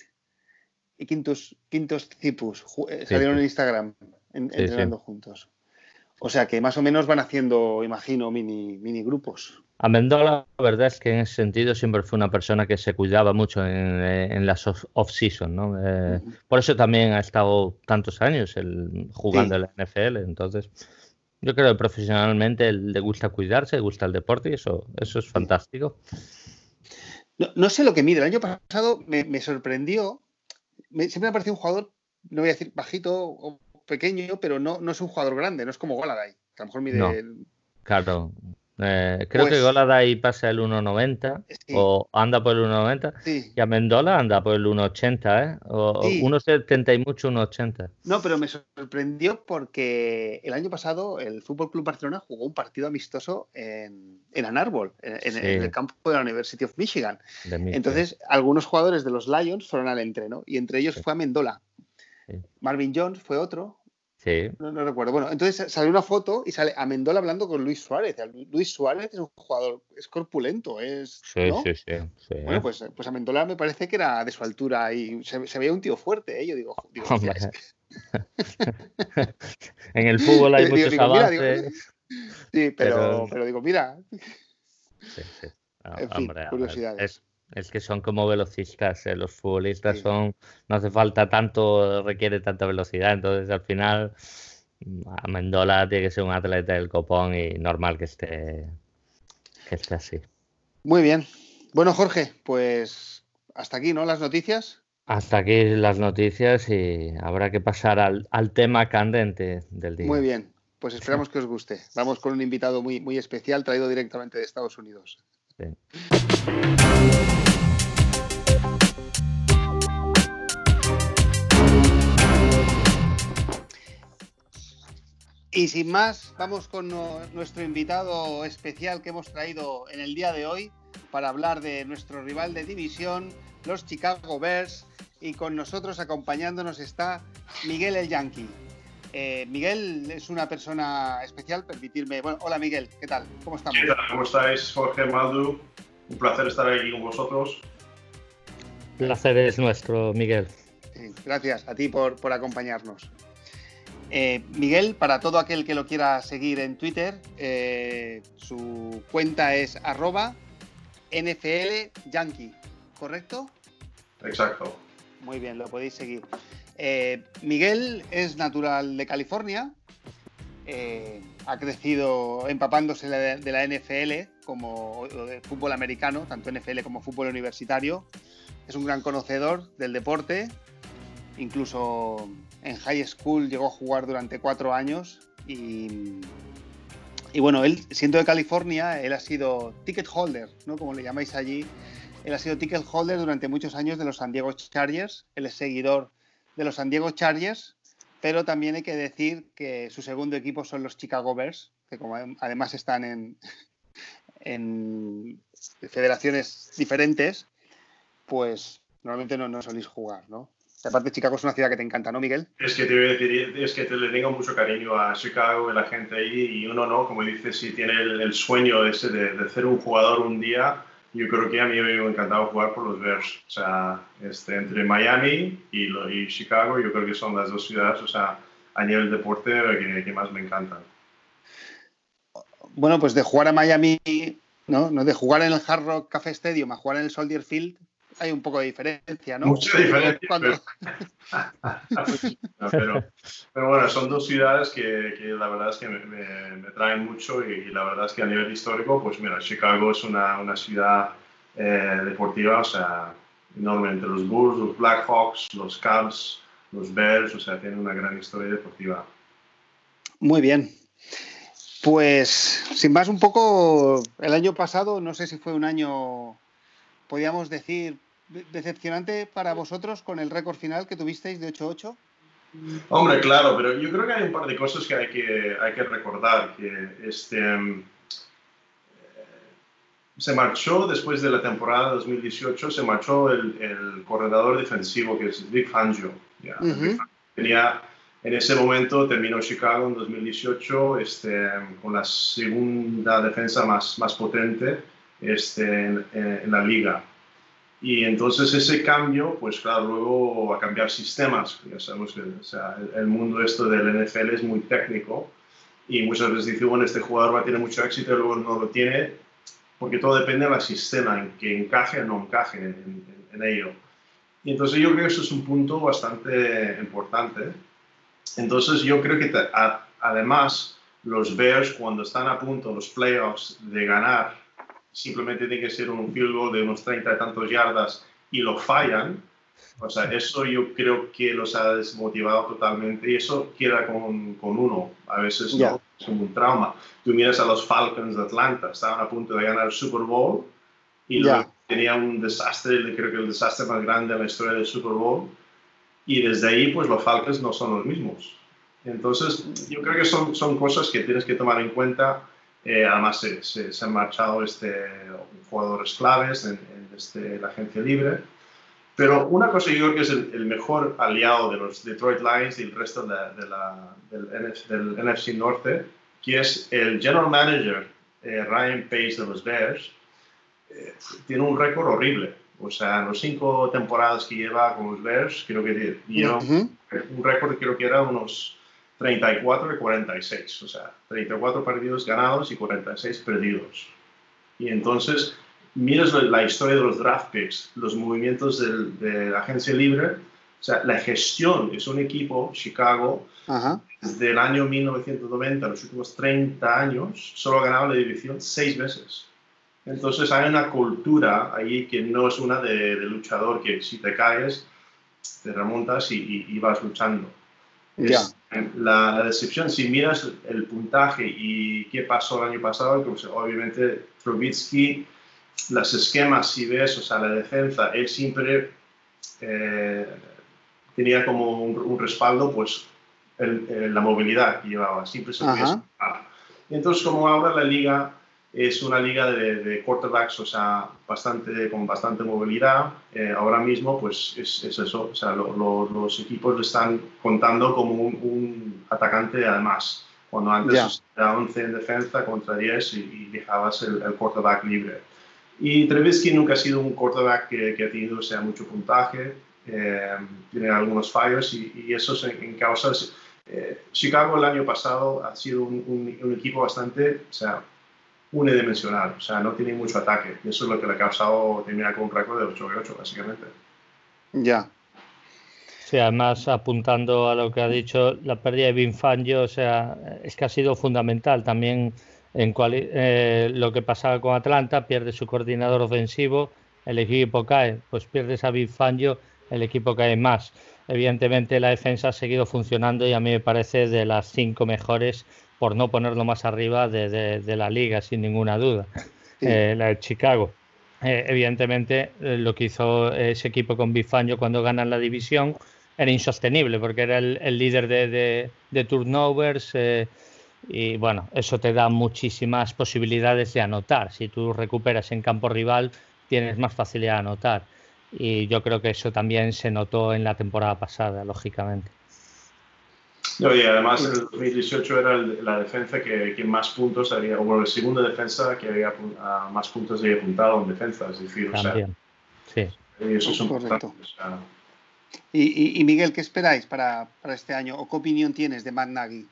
y Quintus, Quintus Cipus, eh, salieron sí, sí. en Instagram en, sí, entrenando sí. juntos. O sea que más o menos van haciendo, imagino, mini, mini grupos. Amendola, la verdad es que en ese sentido siempre fue una persona que se cuidaba mucho en, en las off-season, ¿no? Eh, uh-huh. Por eso también ha estado tantos años el, jugando sí. en la N F L. Entonces, yo creo que profesionalmente le gusta cuidarse, le gusta el deporte y eso, eso es fantástico. No, no sé lo que mide. El año pasado me, me sorprendió. Me, siempre me ha parecido un jugador, no voy a decir bajito o pequeño, pero no, no es un jugador grande, no es como Golladay, que a lo mejor mide... No, claro. Eh, creo pues, que Golladay pasa el uno noventa sí. o anda por el uno noventa sí. y Amendola anda por el uno ochenta, ¿eh? O sí. uno setenta y mucho, uno ochenta. No, pero me sorprendió porque el año pasado el F C Barcelona jugó un partido amistoso en, en Ann Arbor, en, sí. en el campo de la University of Michigan. Entonces, algunos jugadores de los Lions fueron al entreno y entre ellos sí. fue Amendola. Sí. Marvin Jones fue otro. Sí. No, no recuerdo. Bueno, entonces salió una foto y sale Amendola hablando con Luis Suárez. Luis Suárez es un jugador, es corpulento, es. Sí, ¿no? sí, sí, sí. Bueno, pues, pues Amendola me parece que era de su altura y se, se veía un tío fuerte, ¿eh? Yo digo, digo hostia, es que... En el fútbol hay digo, muchos digo, avances. Mira, digo... Sí, pero, pero... pero digo, mira. Sí, sí. En fin, hombre, curiosidades. Es, es que son como velocistas, ¿eh? Los futbolistas Sí. son, no hace falta tanto, requiere tanta velocidad, entonces al final Amendola tiene que ser un atleta del copón y normal que esté, que esté así. Muy bien. Bueno, Jorge, pues hasta aquí, ¿no? Las noticias. Hasta aquí las noticias y habrá que pasar al, al tema candente del Muy día. bien. Pues esperamos que os guste. Vamos con un invitado muy, muy especial traído directamente de Estados Unidos. Sí. Y sin más, vamos con no, nuestro invitado especial que hemos traído en el día de hoy para hablar de nuestro rival de división, los Chicago Bears, y con nosotros acompañándonos está Miguel el Yankee. Eh, Miguel es una persona especial, permitirme... Bueno, hola Miguel, ¿qué tal? ¿Cómo estamos? ¿Qué tal? ¿Cómo estáis, Jorge, Maldu? Un placer estar aquí con vosotros. El placer es nuestro, Miguel. Sí, gracias a ti por, por acompañarnos. Eh, Miguel, para todo aquel que lo quiera seguir en Twitter, eh, su cuenta es arroba N F L Yankee, ¿correcto? Exacto. Muy bien, lo podéis seguir. Eh, Miguel es natural de California, eh, ha crecido empapándose de, de la N F L como de fútbol americano, tanto N F L como fútbol universitario. Es un gran conocedor del deporte, incluso en high school llegó a jugar durante cuatro años y, y bueno, él siendo de California, él ha sido ticket holder, ¿no? Como le llamáis allí. Él ha sido ticket holder durante muchos años de los San Diego Chargers. Él es seguidor de los San Diego Chargers, pero también hay que decir que su segundo equipo son los Chicago Bears, que como además están en, en federaciones diferentes, pues normalmente no, no solís jugar, ¿no? Aparte, Chicago es una ciudad que te encanta, ¿no, Miguel? Es que te voy a decir, es que te le tengo mucho cariño a Chicago y la gente ahí, y uno, ¿no? Como dices, si tiene el, el sueño ese de, de ser un jugador un día, yo creo que a mí me hubiera encantado jugar por los Bears. O sea, este, entre Miami y, lo, y Chicago, yo creo que son las dos ciudades, o sea, a nivel deporte, que, que más me encantan. Bueno, pues de jugar a Miami, ¿no? ¿no? De jugar en el Hard Rock Café Stadium a jugar en el Soldier Field, hay un poco de diferencia, ¿no? Mucha diferencia, Cuando... pero, pero, pero bueno, son dos ciudades que, que la verdad es que me, me, me traen mucho y, y la verdad es que a nivel histórico, pues mira, Chicago es una, una ciudad eh, deportiva, o sea, enorme, entre los Bulls, los Blackhawks, los Cubs, los Bears, o sea, tiene una gran historia deportiva. Muy bien. Pues, sin más, un poco, el año pasado, no sé si fue un año, podríamos decir, decepcionante para vosotros con el récord final que tuvisteis de ocho ocho. Hombre, claro, pero yo creo que hay un par de cosas que hay que, hay que recordar. Que este, um, se marchó después de la temporada dos mil dieciocho, se marchó el, el corredor defensivo, que es Vic Fangio. Ya, uh-huh. Vic Fangio tenía, en ese momento terminó Chicago en dos mil dieciocho este, con la segunda defensa más, más potente este, en, en la liga. Y entonces ese cambio, pues claro, luego va a cambiar sistemas. Ya sabemos que o sea, el, el mundo esto del N F L es muy técnico y muchas veces dicen, bueno, este jugador va a tener mucho éxito y luego no lo tiene, porque todo depende del sistema, en que encaje o no encaje en, en, en ello. Y entonces yo creo que eso es un punto bastante importante. Entonces yo creo que te, a, además los Bears, cuando están a punto los playoffs de ganar, simplemente tiene que ser un field goal de unos treinta y tantos yardas y lo fallan, o sea, eso yo creo que los ha desmotivado totalmente y eso queda con, con uno, a veces yeah. no, es como un trauma. Tú miras a los Falcons de Atlanta, estaban a punto de ganar el Super Bowl y yeah. luego tenía un desastre, creo que el desastre más grande en la historia del Super Bowl, y desde ahí pues los Falcons no son los mismos. Entonces yo creo que son, son cosas que tienes que tomar en cuenta. Eh, además se, se, se han marchado este, jugadores claves en, en este, la agencia libre, pero una cosa yo creo que es el, el mejor aliado de los Detroit Lions y el resto de, de la, del, del N F C Norte, que es el general manager eh, Ryan Pace de los Bears. Eh, tiene un récord horrible, o sea, en las cinco temporadas que lleva con los Bears, creo que lleva uh-huh. un récord, creo que era unos treinta y cuatro y cuarenta y seis, o sea, treinta y cuatro partidos ganados y cuarenta y seis perdidos. Y entonces, miras la historia de los draft picks, los movimientos del, de la agencia libre, o sea, la gestión es un equipo, Chicago, Ajá. desde el año mil novecientos noventa, los últimos treinta años, solo ha ganado la división seis veces. Entonces hay una cultura ahí que no es una de, de luchador, que si te caes, te remontas y, y, y vas luchando. Ya. Es, la, la decepción, si miras el puntaje y qué pasó el año pasado, pues obviamente Trubisky, los esquemas, si ves, o sea, la defensa, él siempre eh, tenía como un, un respaldo, pues el, el, la movilidad que llevaba, siempre se podía escapar. Entonces, como ahora la liga es una liga de, de quarterbacks, o sea, bastante, con bastante movilidad, eh, ahora mismo pues es, es eso, o sea, lo, lo, los equipos le están contando como un, un atacante además, cuando antes yeah. era once en defensa contra diez y, y dejabas el, el quarterback libre. Y Trubisky nunca ha sido un quarterback que, que ha tenido, o sea, mucho puntaje, eh, tiene algunos fallos y, y eso es en, en causas. Eh, Chicago el año pasado ha sido un, un, un equipo bastante, o sea, unidimensional, o sea, no tiene mucho ataque. Y eso es lo que le ha causado terminar con un récord de ocho y ocho, básicamente. Ya. Sí, además, apuntando a lo que ha dicho, la pérdida de Vic Fangio, o sea, es que ha sido fundamental también en cuali eh, lo que pasaba con Atlanta, pierde su coordinador ofensivo, el equipo cae, pues pierdes a Vic Fangio, el equipo cae más. Evidentemente la defensa ha seguido funcionando y a mí me parece de las cinco mejores, por no ponerlo más arriba, de, de, de la liga, sin ninguna duda, sí. eh, la de Chicago. Eh, evidentemente eh, lo que hizo ese equipo con Vic Fangio cuando ganan la división era insostenible, porque era el, el líder de, de, de turnovers eh, y bueno, eso te da muchísimas posibilidades de anotar. Si tú recuperas en campo rival, tienes más facilidad de anotar. Y yo creo que eso también se notó en la temporada pasada, lógicamente. No, y además en el dos mil dieciocho era el, la defensa que, que más puntos había, o bueno, la segunda defensa que había uh, más puntos había apuntado en defensa, es decir, también, o sea, sí. Y eso es un correcto. O sea. ¿Y, y, y Miguel, ¿qué esperáis para, para este año? ¿O qué opinión tienes de Matt Nagy?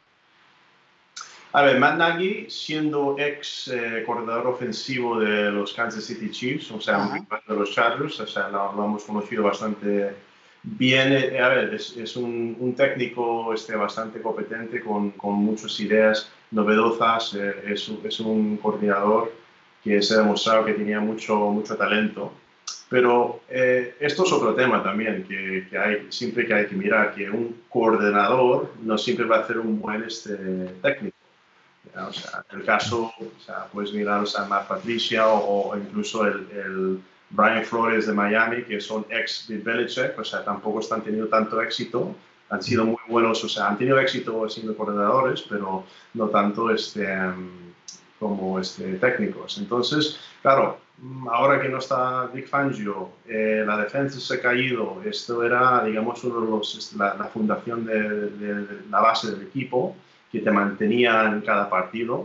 A ver, Matt Nagy, siendo ex eh, coordinador ofensivo de los Kansas City Chiefs, o sea, de los Chargers, o sea, lo, lo hemos conocido bastante bien. Eh, a ver, es, es un, un técnico este, bastante competente, con, con muchas ideas novedosas. Eh, es, es un coordinador que se ha demostrado que tenía mucho, mucho talento. Pero eh, esto es otro tema también, que, que hay, siempre que hay que mirar, que un coordinador no siempre va a ser un buen este, técnico. O sea, en el caso, o sea, puedes mirar a Matt Patricia o, o incluso el, el Brian Flores de Miami, que son ex de Belichick, o sea, tampoco están teniendo tanto éxito, han sido muy buenos, o sea, han tenido éxito siendo coordinadores, pero no tanto este, como este, técnicos. Entonces, claro, ahora que no está Vic Fangio, eh, la defensa se ha caído, esto era, digamos, uno de los, la, la fundación de, de, de la base del equipo, que te mantenía en cada partido.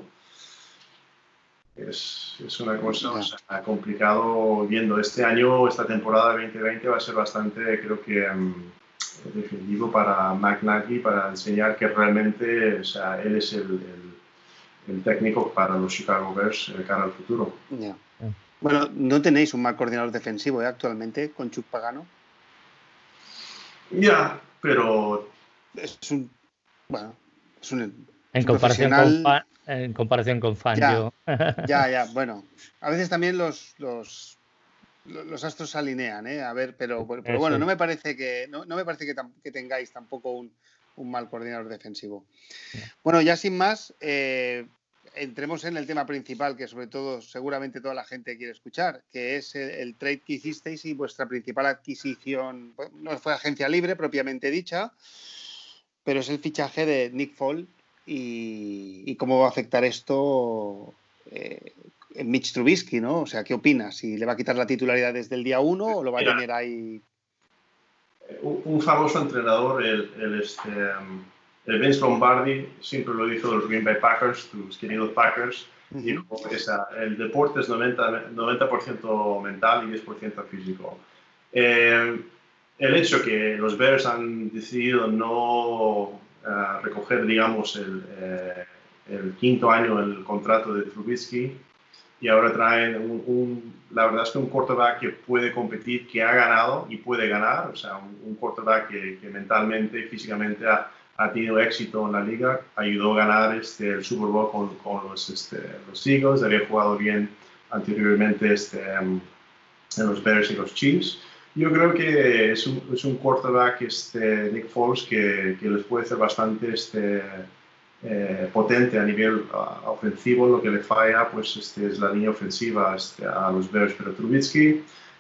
Es, es una cosa o sea, complicado viendo. Este año, esta temporada veinte veinte va a ser bastante, creo que, um, definitivo para Matt Nagy, para enseñar que realmente, o sea, él es el, el, el técnico para los Chicago Bears de cara al futuro. Yeah. Bueno, ¿no tenéis un mal coordinador defensivo eh, actualmente con Chuck Pagano? Ya, yeah, pero... Es un... Bueno... Es un, en, es comparación profesional... con Fa, en comparación con Fangio. Ya, ya, ya, bueno. A veces también los, los, los astros se alinean, ¿eh? A ver, pero, pero bueno, no me parece que no, no me parece que, tam, que tengáis tampoco un, un mal coordinador defensivo. Bueno, ya sin más, eh, entremos en el tema principal que sobre todo seguramente toda la gente quiere escuchar, que es el, el trade que hicisteis y vuestra principal adquisición. No fue agencia libre propiamente dicha, pero es el fichaje de Nick Foles y, y cómo va a afectar esto eh, en Mitch Trubisky, ¿no? O sea, ¿qué opinas? ¿Si le va a quitar la titularidad desde el día uno o lo va a tener ahí? Un, un famoso entrenador, el, el, este, el Vince Lombardi, siempre lo dijo de los Green Bay Packers, tus queridos Packers, uh-huh. dijo que esa, el deporte es noventa por ciento mental y diez por ciento físico. Eh, El hecho que los Bears han decidido no uh, recoger, digamos, el, eh, el quinto año del contrato de Trubisky y ahora traen un, un, la verdad es que un quarterback que puede competir, que ha ganado y puede ganar, o sea, un, un quarterback que, que mentalmente y físicamente ha, ha tenido éxito en la liga, ayudó a ganar este, el Super Bowl con, con los, este, los Eagles, había jugado bien anteriormente este, um, en los Bears y los Chiefs. Yo creo que es un, es un quarterback, este, Nick Foles, que, que les puede ser bastante este, eh, potente a nivel uh, ofensivo. Lo que le falla pues, este, es la línea ofensiva este, a los Bears, pero Trubisky,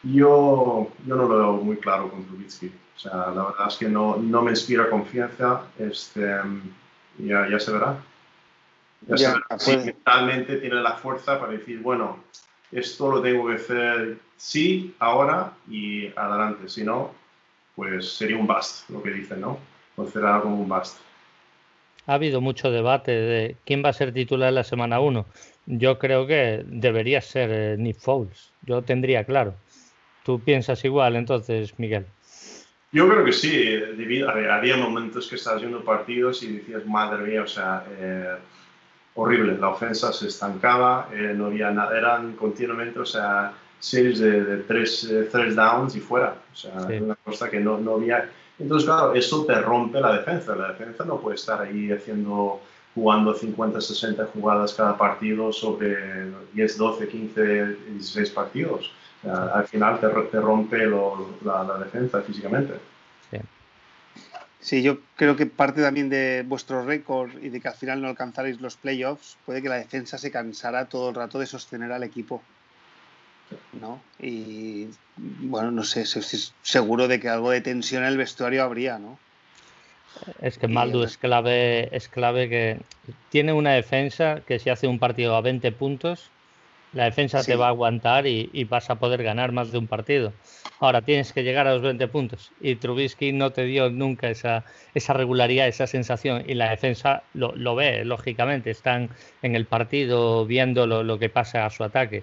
yo, yo no lo veo muy claro con Trubisky. O sea, la verdad es que no, no me inspira confianza. Este, ya, ya se verá. Ya, ya se verá. Si mentalmente tiene la fuerza para decir, bueno, esto lo tengo que hacer sí, ahora y adelante. Si no, pues sería un bust, lo que dicen, ¿no? Considerado como un bust. Ha habido mucho debate de quién va a ser titular en la semana uno. Yo creo que debería ser eh, Nick Foles. Yo tendría claro. ¿Tú piensas igual entonces, Miguel? Yo creo que sí. Debido, a ver, había momentos que estabas viendo partidos y decías, madre mía, o sea, eh, horrible. La ofensa se estancaba, eh, no había nada, eran continuamente, o sea, series de, de tres, eh, tres downs y fuera. O sea, sí. Una cosa que no, no había. Entonces, claro, eso te rompe la defensa. La defensa no puede estar ahí haciendo, jugando cincuenta, sesenta jugadas cada partido sobre diez, doce, quince, dieciséis partidos. O sea, al final te, te rompe lo, la, la defensa físicamente. Sí. Sí, yo creo que parte también de vuestro récord y de que al final no alcanzaréis los playoffs, puede que la defensa se cansara todo el rato de sostener al equipo, ¿no? Y bueno, no sé, seguro de que algo de tensión en el vestuario habría, ¿no? Es que Maldu es clave, es clave que tiene una defensa que si hace un partido a veinte puntos, la defensa sí. te va a aguantar y, y vas a poder ganar más de un partido. Ahora tienes que llegar a los veinte puntos y Trubisky no te dio nunca esa, esa regularidad, esa sensación, y la defensa lo, lo ve, lógicamente, están en el partido viendo lo, lo que pasa a su ataque.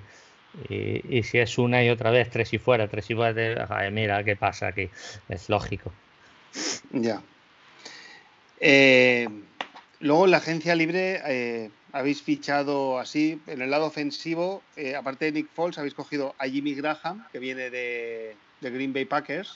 Y, y si es una y otra vez, tres y fuera, tres y fuera, te, ay, mira qué pasa aquí, es lógico. Ya. Eh, luego en la agencia libre eh, habéis fichado así, en el lado ofensivo, eh, aparte de Nick Foles, habéis cogido a Jimmy Graham, que viene de, de Green Bay Packers,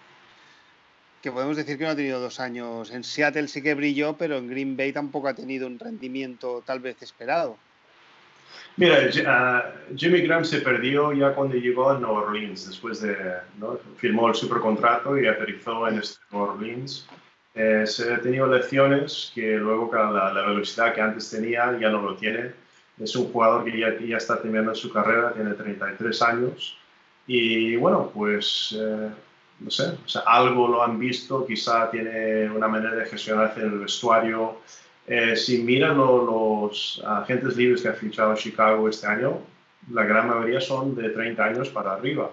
que podemos decir que no ha tenido dos años. En Seattle sí que brilló, pero en Green Bay tampoco ha tenido un rendimiento tal vez esperado. Mira, uh, Jimmy Graham se perdió ya cuando llegó a Nueva Orleans, después de, ¿no? Firmó el supercontrato y aterrizó en este Nueva Orleans. Eh, se ha tenido lecciones que luego con la, la velocidad que antes tenía ya no lo tiene. Es un jugador que ya, ya está terminando su carrera, tiene treinta y tres años. Y bueno, pues eh, no sé, o sea, algo lo han visto, quizá tiene una manera de gestionarse en el vestuario. Eh, si miran lo, los agentes libres que ha fichado Chicago este año, la gran mayoría son de treinta años para arriba.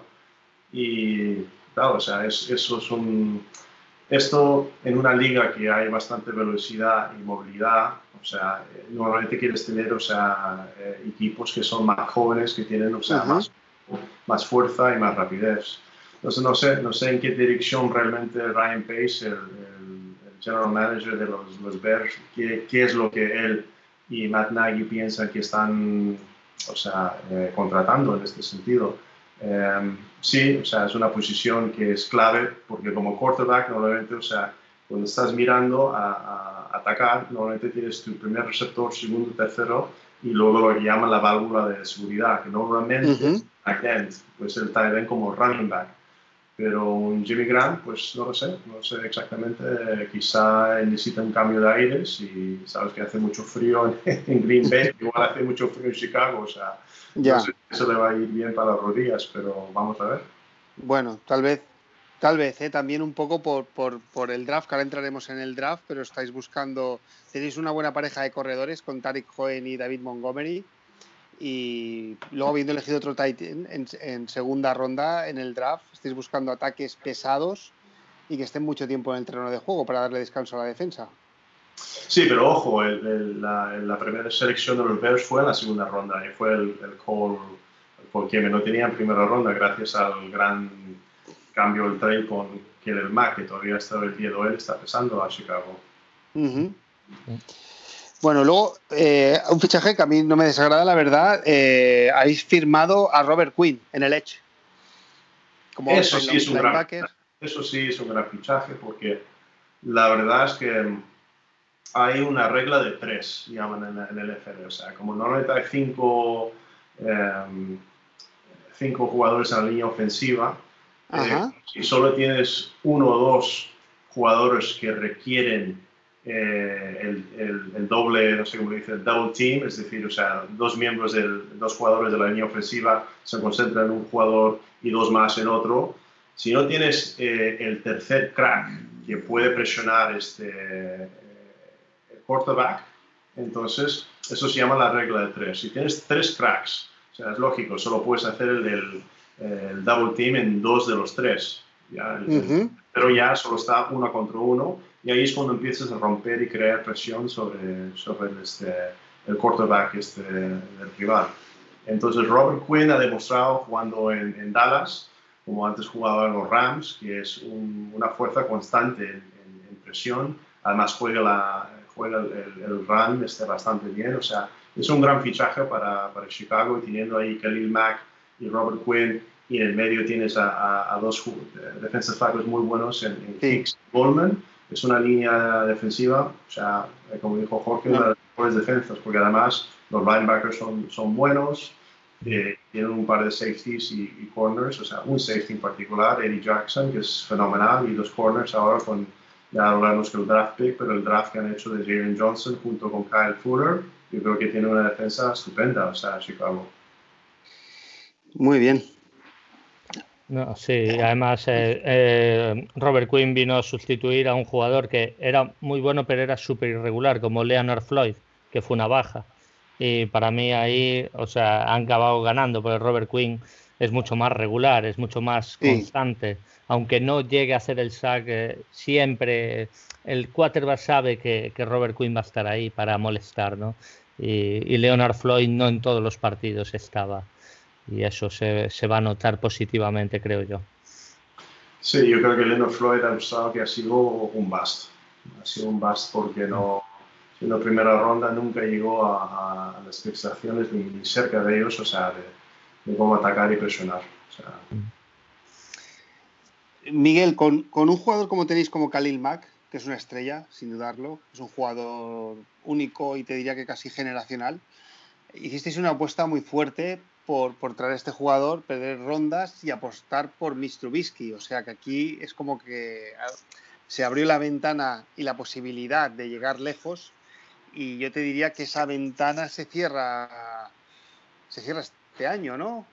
Y claro, o sea, es, eso es un... Esto en una liga que hay bastante velocidad y movilidad, o sea, normalmente quieres tener, o sea, eh, equipos que son más jóvenes, que tienen, o sea, uh-huh. más, más fuerza y más rapidez. Entonces no sé, no sé en qué dirección realmente Ryan Pace, el, el, el general manager de los, los Bears, qué, qué es lo que él y Matt Nagy piensan que están, o sea, eh, contratando en este sentido. Um, sí, o sea, es una posición que es clave porque como quarterback normalmente, o sea, cuando estás mirando a, a atacar, normalmente tienes tu primer receptor, segundo, tercero y luego lo que llaman la válvula de seguridad, que normalmente uh-huh. back end, pues el tight end como running back. Pero un Jimmy Graham, pues no lo sé, no sé exactamente, quizá necesita un cambio de aires y sabes que hace mucho frío en, en Green Bay, igual hace mucho frío en Chicago, o sea, yeah. no sé si eso le va a ir bien para las rodillas, pero vamos a ver. Bueno, tal vez, tal vez, ¿eh? También un poco por, por, por el draft, que ahora entraremos en el draft, pero estáis buscando, tenéis una buena pareja de corredores con Tariq Cohen y David Montgomery. Y luego habiendo elegido otro tight end en, en segunda ronda en el draft, estáis buscando ataques pesados y que estén mucho tiempo en el terreno de juego para darle descanso a la defensa. Sí, pero ojo, el, el, la, la primera selección de los Bears fue en la segunda ronda y fue el, el Cole, porque no tenía en primera ronda gracias al gran cambio del trade con Khalil Mack, que todavía está el día de hoy, está pesando a Chicago. Uh-huh. Bueno, luego, eh, un fichaje que a mí no me desagrada, la verdad, eh, habéis firmado a Robert Quinn en el Edge. Como eso, sí es un gran, eso sí es un gran fichaje, porque la verdad es que hay una regla de tres, llaman en, en el N F L. O sea, como normalmente hay cinco, eh, cinco jugadores en la línea ofensiva, eh, si solo tienes uno o dos jugadores que requieren eh, el, el, el doble, no sé cómo dice, el double team, es decir, o sea, dos miembros, del, dos jugadores de la línea ofensiva se concentran en un jugador y dos más en otro. Si no tienes eh, el tercer crack que puede presionar este eh, quarterback, entonces eso se llama la regla de tres. Si tienes tres cracks, o sea, es lógico, solo puedes hacer el, el, el double team en dos de los tres. ¿Ya? El, uh-huh. Pero ya solo está uno contra uno, y ahí es cuando empiezas a romper y crear presión sobre, sobre el, este, el quarterback este, del rival. Entonces Robert Quinn ha demostrado jugando en, en Dallas, como antes jugaba en los Rams, que es un, una fuerza constante en, en, en presión. Además juega, la, juega el, el, el run este, bastante bien. O sea, es un gran fichaje para, para Chicago, y teniendo ahí Khalil Mack y Robert Quinn, y en el medio tienes a, a, a dos defensive tackles muy buenos en, en sí. Hicks y Goldman. Es una línea defensiva, o sea, como dijo Jorge, una de las mejores defensas, porque además los linebackers son, son buenos. Eh, tienen un par de safeties y, y corners, o sea, un safety en particular, Eddie Jackson, que es fenomenal, y los corners ahora con, ya hablamos que el draft pick, pero el draft que han hecho de Jalen Johnson junto con Kyle Fuller, yo creo que tiene una defensa estupenda, o sea, Chicago. Muy bien. No, sí, además eh, eh, Robert Quinn vino a sustituir a un jugador que era muy bueno, pero era súper irregular, como Leonard Floyd, que fue una baja. Y para mí ahí, o sea, han acabado ganando, porque Robert Quinn es mucho más regular, es mucho más constante. Sí. Aunque no llegue a hacer el sack, eh, siempre el quarterback sabe que, que Robert Quinn va a estar ahí para molestar, ¿no? Y, y Leonard Floyd no en todos los partidos estaba. Y eso se, se va a notar positivamente, creo yo. Sí, yo creo que Leonard Floyd ha mostrado que ha sido un bust. Ha sido un bust porque no... en la primera ronda nunca llegó a, a las expectaciones ni cerca de ellos, o sea, de, de cómo atacar y presionar. O sea. Miguel, con, con un jugador como tenéis como Khalil Mack, que es una estrella, sin dudarlo, es un jugador único y te diría que casi generacional, hicisteis una apuesta muy fuerte por, por traer a este jugador, perder rondas y apostar por Mitch Trubisky. O sea que aquí es como que se abrió la ventana y la posibilidad de llegar lejos. Y yo te diría que esa ventana se cierra, se cierra este año, ¿no?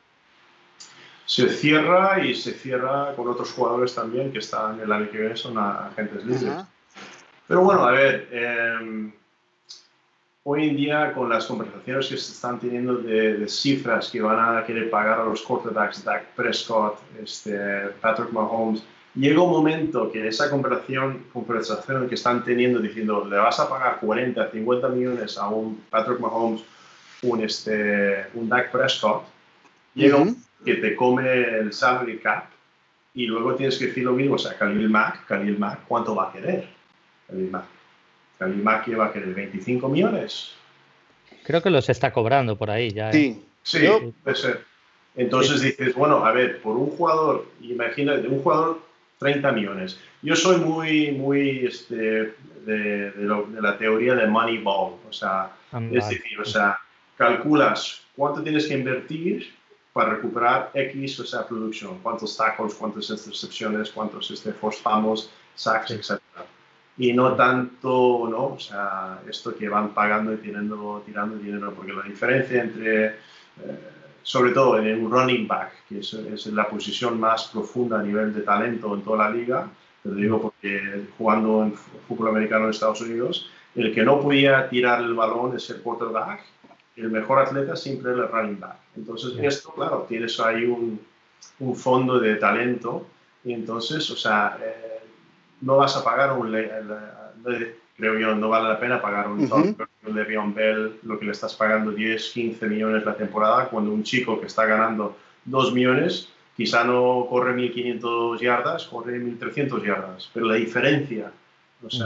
Se cierra, y se cierra con otros jugadores también que están el año que viene, son agentes libres. Uh-huh. Pero bueno, a ver, eh, hoy en día con las conversaciones que se están teniendo de, de cifras que van a querer pagar a los quarterbacks, Dak Prescott, este, Patrick Mahomes, llega un momento que esa conversación, conversación que están teniendo diciendo le vas a pagar cuarenta, cincuenta millones a un Patrick Mahomes, un, este, un Dak Prescott, llega uh-huh. un que te come el salary cap, y luego tienes que decir lo mismo. O sea, Khalil Mack, Khalil Mack, ¿cuánto va a querer? Khalil Mack. Khalil Mack va a querer veinticinco millones. Creo que los está cobrando por ahí ya. ¿eh? Sí, sí, puede ser. Entonces sí. Dices, bueno, a ver, por un jugador, imagínate, un jugador treinta millones. Yo soy muy, muy este, de, de, lo, de la teoría de Moneyball. O sea, um, es decir, o sea, calculas cuánto tienes que invertir para recuperar X, o sea, producción. Cuántos tackles, cuántas intercepciones, cuántos este, forced fumbles, sacks, sí. etcétera. Y no tanto, ¿no? O sea, esto que van pagando y tirando, tirando dinero, porque la diferencia entre, eh, sobre todo en un running back, que es, es la posición más profunda a nivel de talento en toda la liga, te lo digo porque jugando en fútbol americano en Estados Unidos, el que no podía tirar el balón es el quarterback, el mejor atleta siempre era el running back. Entonces, esto, claro, tienes ahí un, un fondo de talento, y entonces, o sea, eh, no vas a pagar un, le, le, creo yo, no vale la pena pagar un, uh-huh. un Le'Veon Bell, lo que le estás pagando diez, quince millones la temporada, cuando un chico que está ganando dos millones, quizá no corre mil quinientas yardas, corre mil trescientas yardas, pero la diferencia, o sea, uh-huh.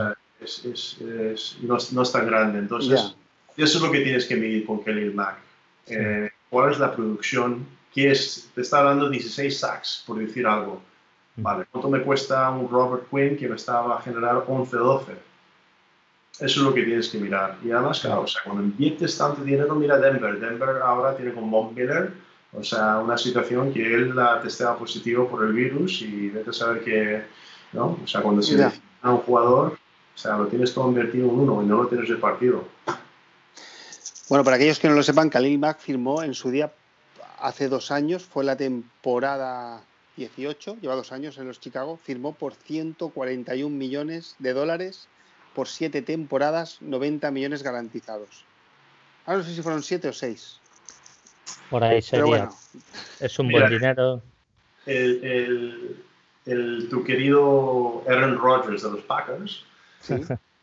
es, es, es, no, no es tan grande. Entonces, yeah. eso es lo que tienes que medir con Khalil Mack. Sí. Eh, ¿Cuál es la producción? ¿Qué es? Te está dando dieciséis sacks, por decir algo. Vale, ¿cuánto me cuesta un Robert Quinn que me estaba a generar once doce? Eso es lo que tienes que mirar. Y además, claro, o sea, cuando inviertes tanto dinero, mira Denver. Denver ahora tiene con Von Miller, o sea, una situación que él la testeaba positivo por el virus y vete a saber que, ¿no? O sea, cuando se yeah. decide a un jugador, o sea, lo tienes todo invertido en uno y no lo tienes repartido. Bueno, para aquellos que no lo sepan, Khalil Mack firmó en su día, hace dos años, fue la temporada dieciocho, lleva dos años en los Chicago, firmó por ciento cuarenta y un millones de dólares por siete temporadas, noventa millones garantizados. Ahora no sé si fueron siete o seis. Por ahí sería. Bueno, es un mira, buen dinero. El, el, el, tu querido Aaron Rodgers de los Packers, ¿sí?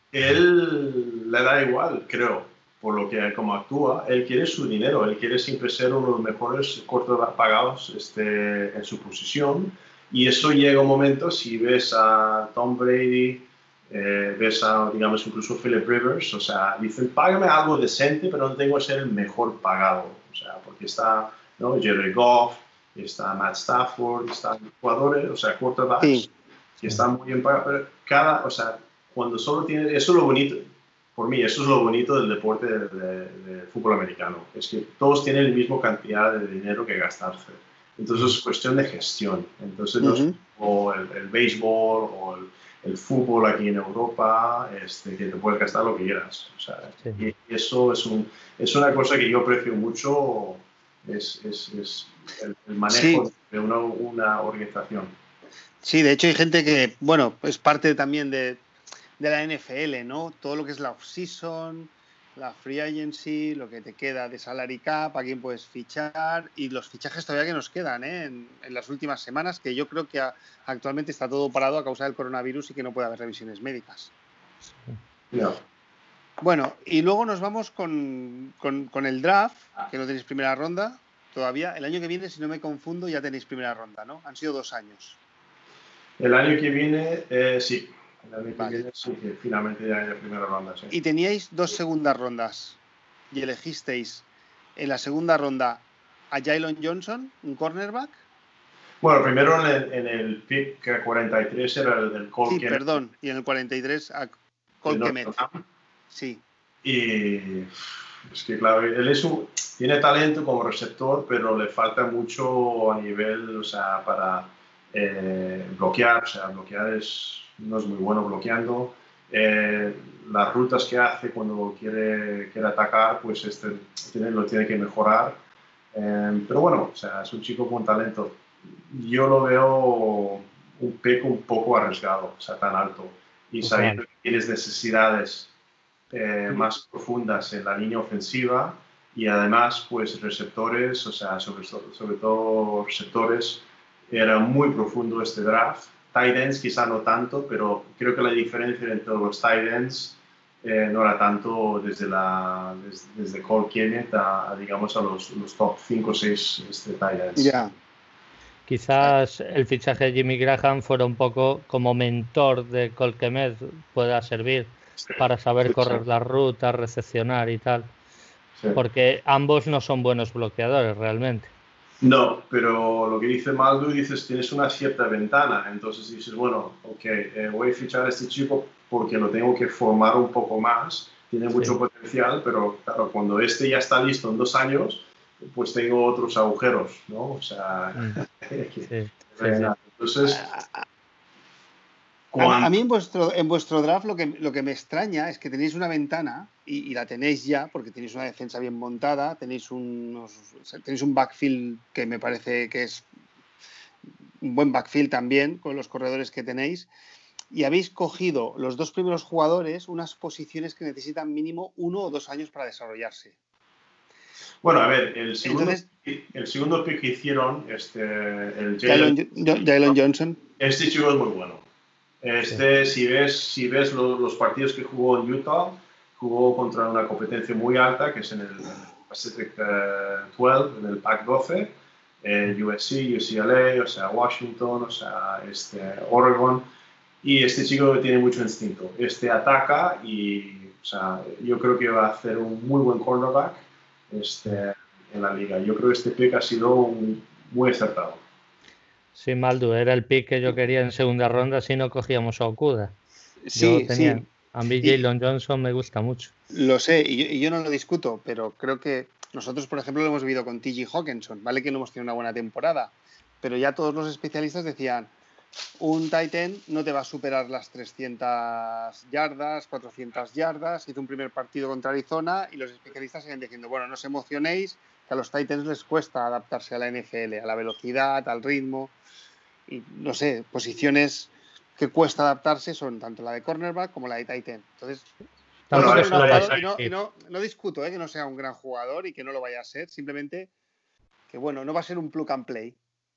Él le da igual, creo, por lo que como actúa. Él quiere su dinero, él quiere siempre ser uno de los mejores cortos pagados este, en su posición. Y eso llega un momento, si ves a Tom Brady, eh, ves a, digamos, incluso Philip Rivers, o sea, dicen, págame algo decente, pero no tengo que ser el mejor pagado. O sea, porque está, ¿no? Jerry Goff, está Matt Stafford, están jugadores, o sea, quarterbacks, sí. que están muy bien pagados. Pero cada, o sea, cuando solo tienes, eso es lo bonito, por mí, eso es lo bonito del deporte del de, de fútbol americano, es que todos tienen la misma cantidad de dinero que gastarse. Entonces es cuestión de gestión. Entonces, uh-huh. no es como el, el béisbol o el, el fútbol aquí en Europa, este, que te puedes gastar lo que quieras. O sea, sí. Y eso es, un, es una cosa que yo aprecio mucho, es, es, es el, el manejo sí. de una, una organización. Sí, de hecho hay gente que, bueno, es parte también de, de la N F L, ¿no? Todo lo que es la off-season, la free agency, lo que te queda de salary cap, a quién puedes fichar y los fichajes todavía que nos quedan, ¿eh? En, en las últimas semanas, que yo creo que a, actualmente está todo parado a causa del coronavirus y que no puede haber revisiones médicas. No. Bueno, y luego nos vamos con, con, con el draft, que no tenéis primera ronda todavía. El año que viene, si no me confundo, ya tenéis primera ronda, ¿no? Han sido dos años. El año que viene, eh, sí. El año que vale. viene, sí, que finalmente ya hay la primera ronda, sí. Y teníais dos segundas rondas y elegisteis en la segunda ronda a Jalen Johnson, un cornerback. Bueno, primero en el, en el pick cuarenta y tres era el del Cole Sí, Kmet. perdón, y en el cuarenta y tres a Cole Kmet. Sí. Y es que, claro, él es un, tiene talento como receptor, pero le falta mucho a nivel, o sea, para eh, bloquear. O sea, bloquear es, no es muy bueno bloqueando. Eh, las rutas que hace cuando quiere, quiere atacar, pues este, tiene, lo tiene que mejorar. Eh, pero bueno, o sea, es un chico con talento. Yo lo veo un pick un poco arriesgado, o sea, tan alto. Y sabiendo que tienes necesidades eh, sí. más profundas en la línea ofensiva y además, pues, receptores, o sea, sobre, sobre todo receptores, era muy profundo este draft. Tight ends quizá no tanto, pero creo que la diferencia entre los tight ends eh, no era tanto desde, la, desde, desde Cole Kmet a, a, digamos, a los, los top cinco o seis este, tight ends. Yeah. Quizás el fichaje de Jimmy Graham fuera un poco como mentor de Cole Kmet, pueda servir sí. para saber sí, correr sí. las rutas, recepcionar y tal. Sí. Porque ambos no son buenos bloqueadores realmente. No, pero lo que dice Maldo, dices, tienes una cierta ventana, entonces dices, bueno, ok, eh, voy a fichar a este chico porque lo tengo que formar un poco más, tiene mucho sí. potencial, pero claro, cuando este ya está listo en dos años, pues tengo otros agujeros, ¿no? O sea, mm. sí, sí, sí. entonces... A, a mí en vuestro, en vuestro draft lo que, lo que me extraña es que tenéis una ventana y, y la tenéis ya porque tenéis una defensa bien montada, tenéis, unos, tenéis un backfield que me parece que es un buen backfield también con los corredores que tenéis y habéis cogido los dos primeros jugadores unas posiciones que necesitan mínimo uno o dos años para desarrollarse. Bueno, a ver, el segundo, Entonces, el segundo pick que hicieron, este, el Jalen, Jalen Johnson, este chico es muy bueno. Este, sí. si ves, si ves los, los partidos que jugó en Utah, jugó contra una competencia muy alta, que es en el Pacific uh, doce, en el Pac doce, eh, U S C, U C L A, o sea, Washington, o sea, este, Oregon. Y este chico tiene mucho instinto. Este ataca y, o sea, yo creo que va a hacer un muy buen cornerback este, en la liga. Yo creo que este pick ha sido un, muy acertado. Sí, Maldu, era el pick que yo quería en segunda ronda si no cogíamos a Okuda. Sí, yo tenía, sí. A mí Y, Jalen Johnson me gusta mucho. Lo sé, y yo, y yo no lo discuto, pero creo que nosotros, por ejemplo, lo hemos vivido con T J Hawkinson, ¿vale? Que no hemos tenido una buena temporada, pero ya todos los especialistas decían, un tight end no te va a superar las trescientas yardas, cuatrocientas yardas. Hizo un primer partido contra Arizona y los especialistas siguen diciendo, bueno, no os emocionéis, que a los tight ends les cuesta adaptarse a la N F L, a la velocidad, al ritmo, y no sé, posiciones que cuesta adaptarse son tanto la de cornerback como la de tight end. Entonces, Bueno, Tampoco eso se lo vais a y no, y decir. no, no discuto, ¿eh? Que no sea un gran jugador y que no lo vaya a ser, simplemente que, bueno, no va a ser un plug and play.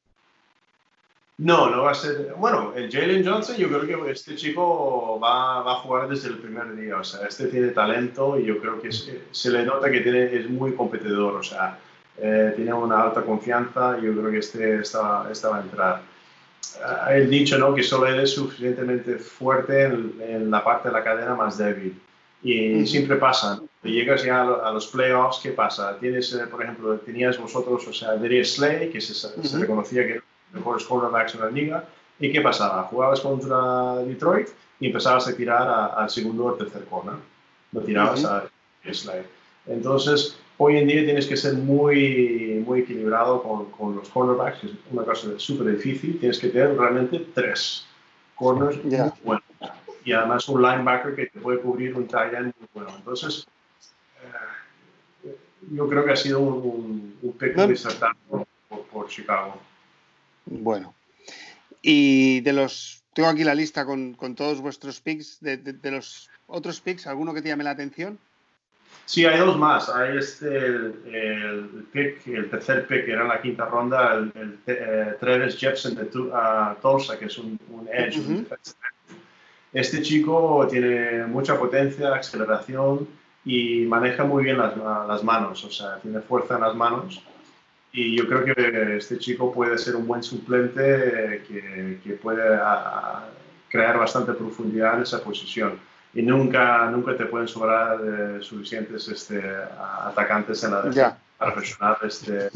No, no va a ser. Bueno, el Jalen Johnson, yo creo que este chico va, va a jugar desde el primer día. O sea, este tiene talento y yo creo que se, se le nota que tiene, es muy competidor. O sea, eh, tiene una alta confianza y yo creo que este, esta, esta va a entrar. Uh, el dicho, ¿no? Que solo él es suficientemente fuerte en, en la parte de la cadena más débil. Y uh-huh. siempre pasa. Llegas ya a los playoffs, ¿qué pasa? Tienes, eh, por ejemplo, tenías vosotros, o sea, Darius Slay, que se, uh-huh. se reconocía que mejores cornerbacks en la liga. ¿Y qué pasaba? Jugabas contra Detroit y empezabas a tirar al segundo o tercer corner. Lo tirabas uh-huh. a Slay. Entonces, hoy en día tienes que ser muy, muy equilibrado con, con los cornerbacks, que es una cosa súper difícil. Tienes que tener realmente tres corners yeah. muy buenos. Y además un linebacker que te puede cubrir un tight end muy bueno. Entonces, eh, yo creo que ha sido un, un pick muy acertado por, por Chicago. Bueno, y de los, tengo aquí la lista con, con todos vuestros picks, de, de, de los otros picks, ¿alguno que te llame la atención? Sí, hay dos más. Hay este, el, el pick, el tercer pick, que era en la quinta ronda, el, el eh, Travis Jepson de uh, Tulsa, que es un, un edge, uh-huh. un defensive. Este chico tiene mucha potencia, aceleración y maneja muy bien las, las manos, o sea, tiene fuerza en las manos. Y yo creo que este chico puede ser un buen suplente que, que puede a, a crear bastante profundidad en esa posición. Y nunca, nunca te pueden sobrar eh, suficientes este, atacantes en la defensa para presionar este,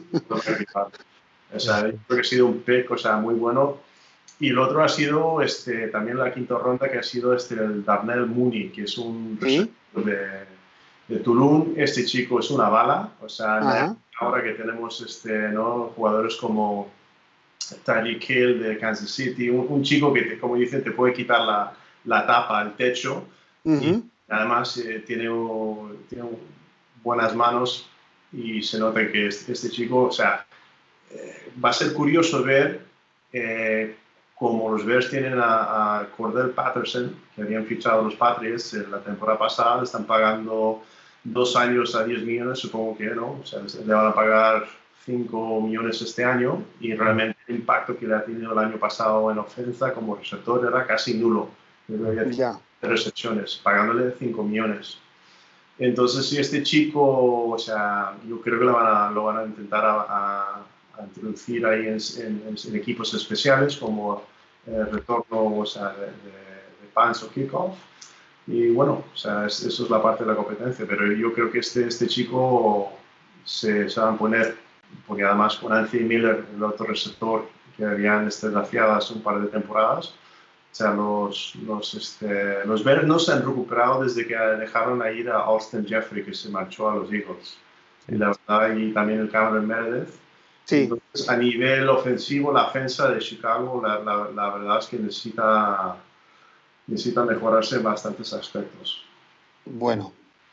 o sea, yo creo que ha sido un pick, o sea, muy bueno. Y el otro ha sido este, también la quinta ronda, que ha sido este, el Darnell Mooney, que es un ¿Sí? de, de Tulum. Este chico es una bala, o sea, ahora que tenemos este, ¿no? jugadores como Tyreek Hill de Kansas City, un, un chico que, te, como dicen, te puede quitar la, la tapa, el techo, uh-huh. y además eh, tiene, un, tiene un, buenas manos y se nota que este, este chico, o sea, eh, va a ser curioso ver eh, cómo los Bears tienen a, a Cordell Patterson, que habían fichado los Patriots en la temporada pasada, le están pagando dos años a diez millones, supongo que no, o sea, le van a pagar cinco millones este año y realmente el impacto que le ha tenido el año pasado en ofensa como receptor era casi nulo. Había yeah. recepciones, pagándole cinco millones. Entonces, si este chico, o sea, yo creo que lo van a, lo van a intentar a, a, a introducir ahí en, en, en equipos especiales como eh, retorno, o sea, de, de, de punts o kickoff. Y bueno, o sea, es, eso es la parte de la competencia, pero yo creo que este, este chico se, se va a poner, porque además con Anthony Miller, el otro receptor que habían desgraciado hace un par de temporadas, o sea, los, los, este, los Bears no se han recuperado desde que dejaron a ir a Austin Jeffrey, que se marchó a los Eagles. Sí. Y la verdad, y también el Cameron Meredith. Sí. Entonces, a nivel ofensivo, la ofensa de Chicago, la, la, la verdad es que necesita, necesita mejorarse en bastantes aspectos. Bueno,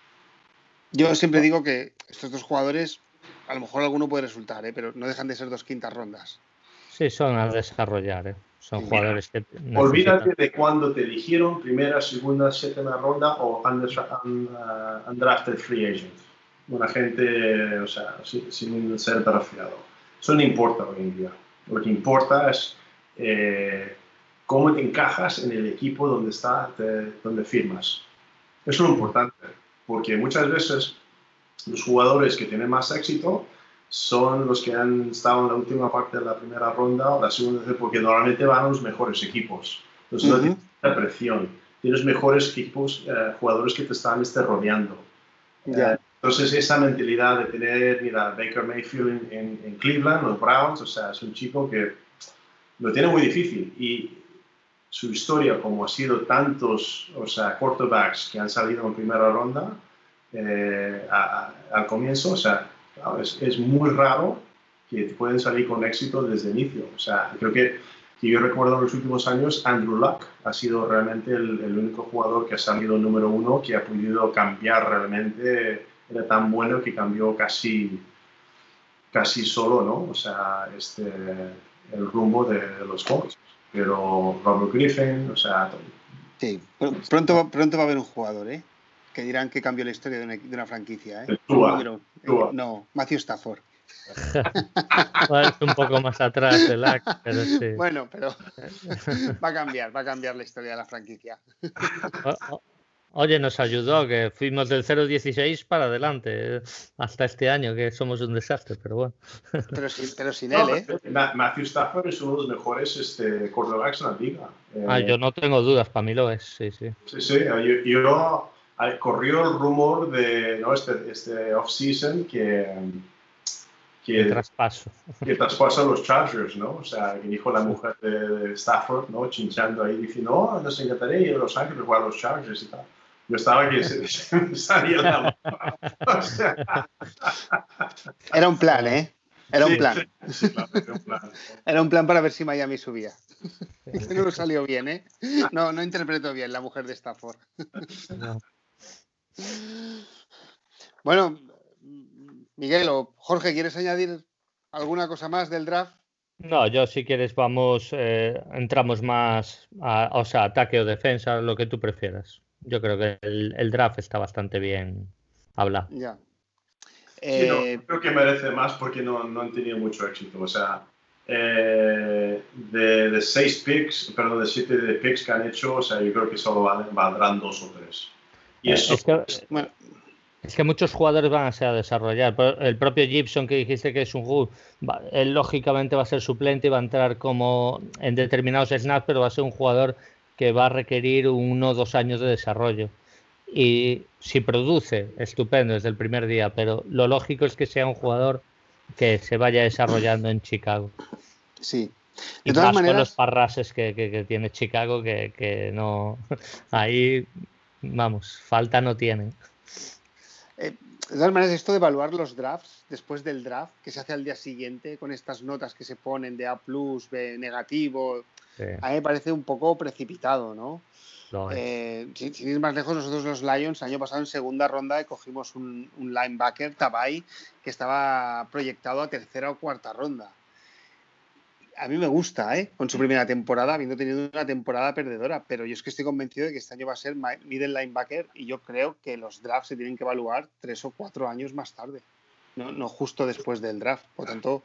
yo siempre digo que estos dos jugadores, a lo mejor alguno puede resultar, ¿eh? Pero no dejan de ser dos quintas rondas. Sí, son a desarrollar, ¿eh? Son sí, jugadores que necesitan. Olvídate de cuando te eligieron primera, segunda, séptima ronda o undrafted free agent. Una gente, o sea, sin, sin ser drafteado. Eso no importa hoy en día. Lo que importa es eh, cómo te encajas en el equipo donde, está, te, donde firmas. Eso es lo importante, porque muchas veces los jugadores que tienen más éxito son los que han estado en la última parte de la primera ronda o la segunda, porque normalmente van a los mejores equipos. Entonces, uh-huh. no tienes la presión. Tienes mejores equipos, eh, jugadores que te están este, rodeando. Yeah. Eh, entonces, esa mentalidad de tener, mira, Baker Mayfield en, en, en Cleveland, los Browns, o sea, es un chico que lo tiene muy difícil. Y su historia, como ha sido tantos, o sea, quarterbacks que han salido en primera ronda eh, a, a, al comienzo, o sea, es, es muy raro que pueden salir con éxito desde el inicio. O sea, creo que, que yo recuerdo en los últimos años, Andrew Luck ha sido realmente el, el único jugador que ha salido número uno, que ha podido cambiar realmente, era tan bueno que cambió casi, casi solo, ¿no? O sea, este, el rumbo de, de los Colts. Pero Robert Griffin, o sea... Sí, pronto, pronto va a haber un jugador, ¿eh? Que dirán que cambió la historia de una, de una franquicia, ¿eh? Tua, número, eh, no, Matthew Stafford. Bueno, es un poco más atrás del A C, pero sí. Bueno, pero va a cambiar, va a cambiar la historia de la franquicia. O, o, oye, nos ayudó que fuimos del cero dieciséis para adelante hasta este año, que somos un desastre, pero bueno. Pero sin, pero sin él, ¿eh? Matthew Stafford es uno de los mejores este, quarterbacks en la liga. Eh, ah, yo no tengo dudas, para mí lo es, sí, sí. Sí, sí, yo, yo corrió el rumor de ¿no? este, este off-season que... Que, el traspaso. Que traspasa a los Chargers, ¿no? O sea, que dijo la mujer de, de Stafford, ¿no? Chinchando ahí, diciendo, oh, nos encantaría ir a Los Ángeles a jugar a los Chargers y tal. Yo estaba que se, se me salía la o sea... Era un plan, ¿eh? Era un sí, plan. Sí, sí, claro, era un plan. Era un plan para ver si Miami subía. No salió bien, ¿eh? No, no interpretó bien la mujer de Stafford. No. Bueno, Miguel o Jorge, ¿quieres añadir alguna cosa más del draft? No, yo si quieres vamos, eh, entramos más, a, o sea, ataque o defensa, lo que tú prefieras. Yo creo que el, el draft está bastante bien hablado. Ya. Eh... Sí, no, creo que merece más porque no, no han tenido mucho éxito. O sea, eh, de, de seis picks, perdón, de siete de picks que han hecho, o sea, yo creo que solo valen, valdrán dos o tres. Y eso... Es que, bueno, es que muchos jugadores van a ser a desarrollar. El propio Gibson, que dijiste que es un jugador, él lógicamente va a ser suplente y va a entrar como en determinados snaps, pero va a ser un jugador que va a requerir uno o dos años de desarrollo. Y si produce, estupendo desde el primer día, pero lo lógico es que sea un jugador que se vaya desarrollando en Chicago. Sí. De y todas más maneras... con los parrases que, que, que tiene Chicago, que, que no... Ahí, vamos, falta no tienen. Eh, de todas maneras, esto de evaluar los drafts después del draft, que se hace al día siguiente, con estas notas que se ponen de A plus, B negativo, sí. A mí me parece un poco precipitado, ¿no? no eh, sin, sin ir más lejos, nosotros los Lions, el año pasado en segunda ronda cogimos un, un linebacker, Tabay, que estaba proyectado a tercera o cuarta ronda. A mí me gusta, ¿eh? Con su primera temporada, habiendo tenido una temporada perdedora, pero yo es que estoy convencido de que este año va a ser middle linebacker y yo creo que los drafts se tienen que evaluar tres o cuatro años más tarde, no, no justo después del draft. Por tanto,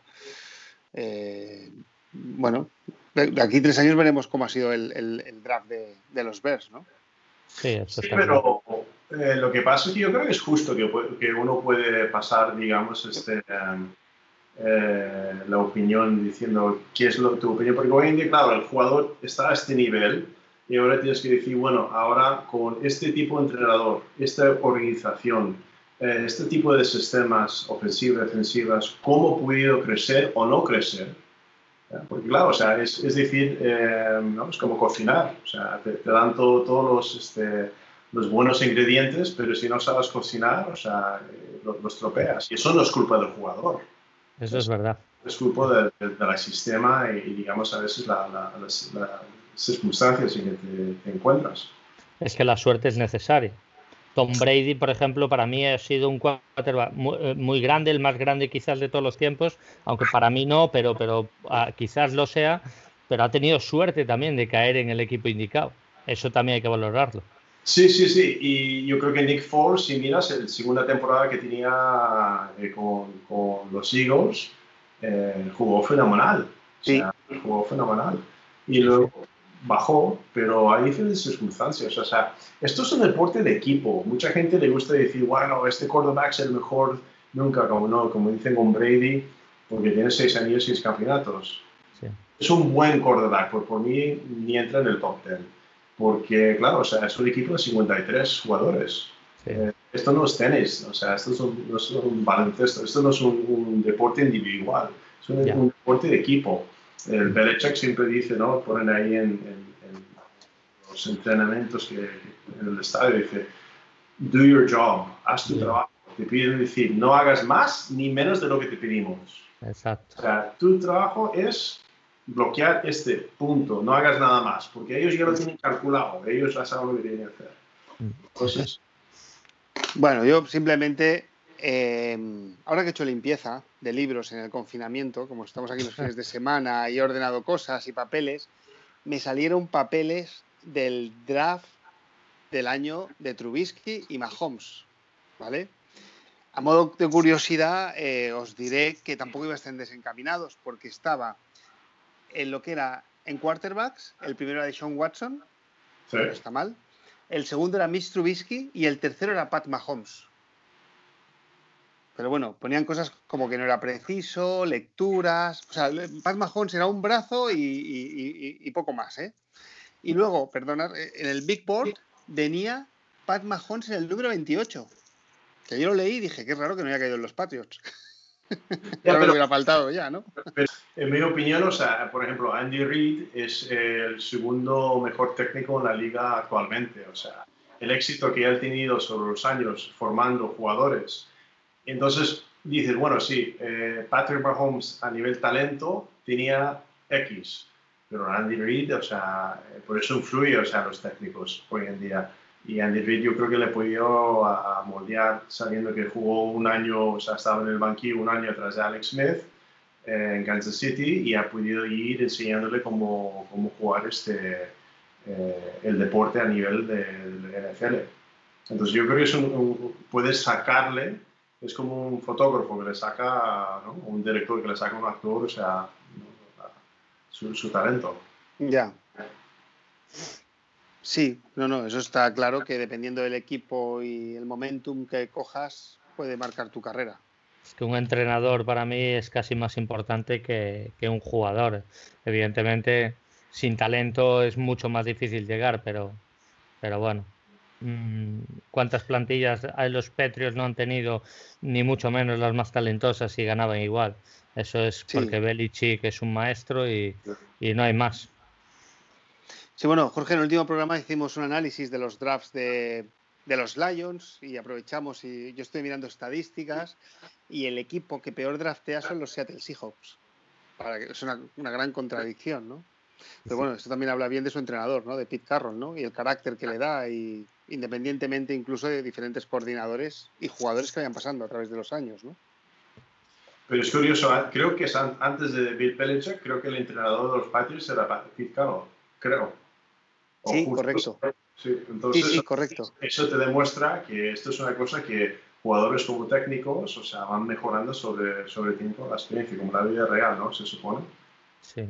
eh, bueno, de aquí tres años veremos cómo ha sido el, el, el draft de, de los Bears, ¿no? Sí, eso sí pero eh, lo que pasa es que yo creo que es justo que, que uno puede pasar, digamos, este... Um, Eh, la opinión diciendo qué es lo, tu opinión, porque hoy en día, claro, el jugador está a este nivel y ahora tienes que decir, bueno, ahora con este tipo de entrenador, esta organización, eh, este tipo de sistemas ofensivos, defensivas, ¿cómo ha podido crecer o no crecer? Porque claro, o sea, es, es decir, eh, ¿no? Es como cocinar, o sea, te, te dan todo, todos los, este, los buenos ingredientes, pero si no sabes cocinar, o sea, eh, los, los tropeas. Y eso no es culpa del jugador. Eso es verdad. Es culpa del de, de, de sistema y, y, digamos, a veces la, la, las, las circunstancias en que te, te encuentras. Es que la suerte es necesaria. Tom Brady, por ejemplo, para mí ha sido un quarterback muy, muy grande, el más grande quizás de todos los tiempos, aunque para mí no, pero, pero uh, quizás lo sea, pero ha tenido suerte también de caer en el equipo indicado. Eso también hay que valorarlo. Sí, sí, sí. Y yo creo que Nick Foles, si miras, la segunda temporada que tenía eh, con, con los Eagles, eh, jugó fenomenal. Sí. O sea, jugó fenomenal. Y luego bajó, pero hay diferentes circunstancias. O sea, esto es un deporte de equipo. Mucha gente le gusta decir, bueno, este quarterback es el mejor nunca, como no, como dicen con Brady, porque tiene seis años y seis campeonatos. Sí. es un buen quarterback, por, por mí ni entra en el top diez. Porque, claro, o sea, es un equipo de cincuenta y tres jugadores. Sí. Eh, esto no es tenis, o sea, esto es un, no es un baloncesto, esto no es un, un deporte individual, es un, yeah. un deporte de equipo. El Belichick siempre dice, ¿no? Ponen ahí en, en, en los entrenamientos que, que en el estadio, dice, do your job, haz tu yeah. trabajo. Te piden decir, no hagas más ni menos de lo que te pedimos. Exacto. O sea, tu trabajo es bloquear este punto, no hagas nada más, porque ellos ya lo tienen calculado, ellos ya saben lo que tienen que hacer. Entonces... Bueno, yo simplemente, eh, ahora que he hecho limpieza de libros en el confinamiento, como estamos aquí los fines de semana y he ordenado cosas y papeles, me salieron papeles del draft del año de Trubisky y Mahomes, ¿vale? A modo de curiosidad, eh, os diré que tampoco iba a estar desencaminados, porque estaba en lo que era en quarterbacks, el primero era de Sean Watson, sí. No está mal, el segundo era Mitch Trubisky y el tercero era Pat Mahomes. Pero bueno, ponían cosas como que no era preciso, lecturas, o sea, Pat Mahomes era un brazo y, y, y, y poco más, ¿eh? Y luego, perdonad, en el Big Board venía Pat Mahomes en el número veintiocho. Que yo lo leí y dije, qué raro que no haya caído en los Patriots. Ya, pero, que hubiera faltado ya, ¿no? Pero, en mi opinión, o sea, por ejemplo, Andy Reid es el segundo mejor técnico en la liga actualmente. O sea, el éxito que él ha tenido sobre los años formando jugadores. Entonces, dices, bueno, sí, eh, Patrick Mahomes a nivel talento tenía X, pero Andy Reid, o sea, por eso influye, o sea, los técnicos hoy en día. Y Andy Reid yo creo que le pudo a, a moldear, sabiendo que jugó un año, o sea, estaba en el banquillo un año atrás de Alex Smith eh, en Kansas City y ha podido ir enseñándole cómo, cómo jugar este, eh, el deporte a nivel de, de N F L. Entonces yo creo que es un, un, puedes sacarle, es como un fotógrafo que le saca, ¿no? Un director que le saca a un actor, o sea, ¿no? su, su talento. Ya. Sí, no, no, eso está claro que dependiendo del equipo y el momentum que cojas puede marcar tu carrera. Es que un entrenador para mí es casi más importante que, que un jugador. Evidentemente, sin talento es mucho más difícil llegar, pero, pero bueno. ¿Cuántas plantillas los Patriots no han tenido, ni mucho menos las más talentosas, y ganaban igual? Eso es porque sí. Belichick es un maestro y, y no hay más. Sí, bueno, Jorge, en el último programa hicimos un análisis de los drafts de, de los Lions y aprovechamos, y yo estoy mirando estadísticas, y el equipo que peor draftea son los Seattle Seahawks. Para que, es una, una gran contradicción, ¿no? Pero bueno, esto también habla bien de su entrenador, ¿no? De Pete Carroll, ¿no? Y el carácter que le da, y independientemente incluso de diferentes coordinadores y jugadores que vayan pasando a través de los años, ¿no? Pero es curioso, creo que es antes de Bill Belichick, creo que el entrenador de los Patriots era Pete Carroll, creo. O sí, justo, correcto. Sí, entonces, sí, sí, correcto. Eso te demuestra que esto es una cosa que jugadores como técnicos, o sea, van mejorando sobre, sobre tiempo la experiencia, como la vida real, ¿no? Se supone. Sí.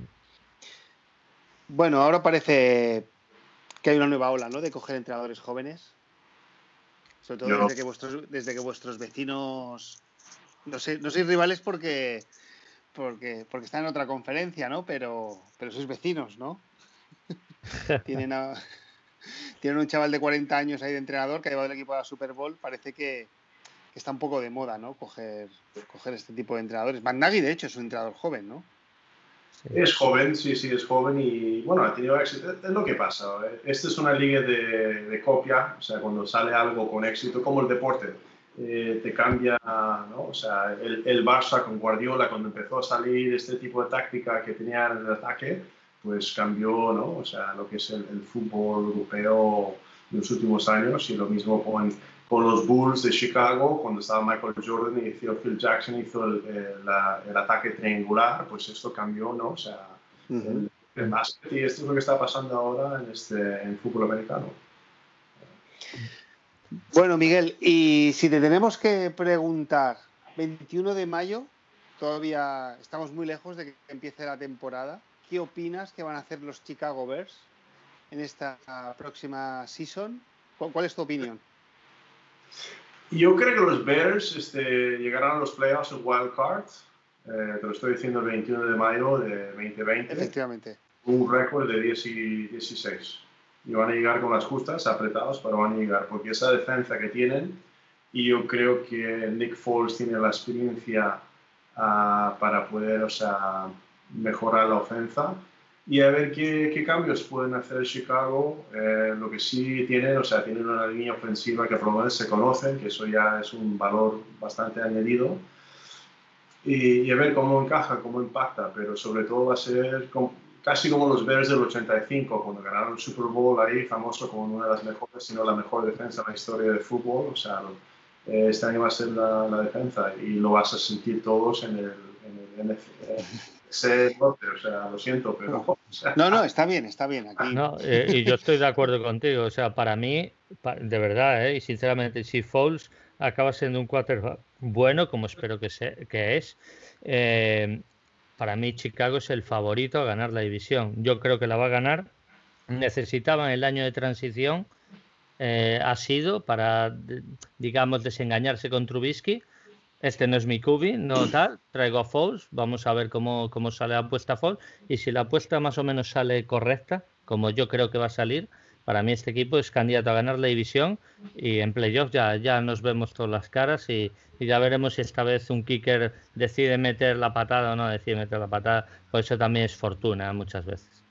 Bueno, ahora parece que hay una nueva ola, ¿no? De coger entrenadores jóvenes. Sobre todo Yo... desde, que vuestros, desde que vuestros vecinos, no sé, no sois rivales porque, porque, porque están en otra conferencia, ¿no? Pero, pero sois vecinos, ¿no? Tienen, a, tienen un chaval de cuarenta años ahí de entrenador que ha llevado el equipo a la Super Bowl. Parece que, que está un poco de moda, ¿no? Coger, coger este tipo de entrenadores. Matt Nagy, de hecho, es un entrenador joven, ¿no? Sí. Es joven, sí, sí, es joven y, bueno, ha tenido éxito. Es lo que pasa. Esta es una liga de, de copia, o sea, cuando sale algo con éxito, como el deporte, eh, te cambia, ¿no? O sea, el, el Barça con Guardiola, cuando empezó a salir este tipo de táctica que tenía en el ataque, pues cambió, ¿no? O sea, lo que es el, el fútbol europeo de los últimos años, y lo mismo con, con los Bulls de Chicago, cuando estaba Michael Jordan y Phil Jackson hizo el, el, la, el ataque triangular, pues esto cambió, ¿no? O sea, uh-huh. el, el básquet, y esto es lo que está pasando ahora en, este, en el fútbol americano. Bueno, Miguel, y si te tenemos que preguntar, veintiuno de mayo, todavía estamos muy lejos de que empiece la temporada. ¿Qué opinas que van a hacer los Chicago Bears en esta próxima season? ¿Cuál es tu opinión? Yo creo que los Bears este, llegarán a los playoffs en wild card. eh, te lo estoy diciendo el veintiuno de mayo de veinte veinte. Efectivamente. Un récord de diez y dieciséis. Y van a llegar con las justas, apretados, pero van a llegar, porque esa defensa que tienen, y yo creo que Nick Foles tiene la experiencia uh, para poder, o sea, mejorar la ofensa y a ver qué, qué cambios pueden hacer Chicago. Eh, lo que sí tienen, o sea, tienen una línea ofensiva que por lo menos se conocen, que eso ya es un valor bastante añadido. Y, y a ver cómo encaja, cómo impacta, pero sobre todo va a ser como, casi como los Bears del ochenta y cinco, cuando ganaron el Super Bowl ahí, famoso como una de las mejores, si no la mejor defensa en la historia del fútbol. O sea, eh, este año va a ser la, la defensa y lo vas a sentir todos en el, en el N F L. Ese norte, o sea, lo siento, pero... O sea, no, no, está bien, está bien. Aquí. No, eh, y yo estoy de acuerdo contigo. O sea, para mí, pa, de verdad, eh, y sinceramente, si Foles acaba siendo un quarterback bueno, como espero que, se, que es, eh, para mí Chicago es el favorito a ganar la división. Yo creo que la va a ganar. Necesitaban el año de transición, eh, ha sido para, digamos, desengañarse con Trubisky. Este no es mi Q B, no tal, traigo a Foles, vamos a ver cómo, cómo sale la apuesta Foles, y si la apuesta más o menos sale correcta, como yo creo que va a salir, para mí este equipo es candidato a ganar la división, y en playoffs ya, ya nos vemos todas las caras y, y ya veremos si esta vez un kicker decide meter la patada o no decide meter la patada, por eso también es fortuna muchas veces.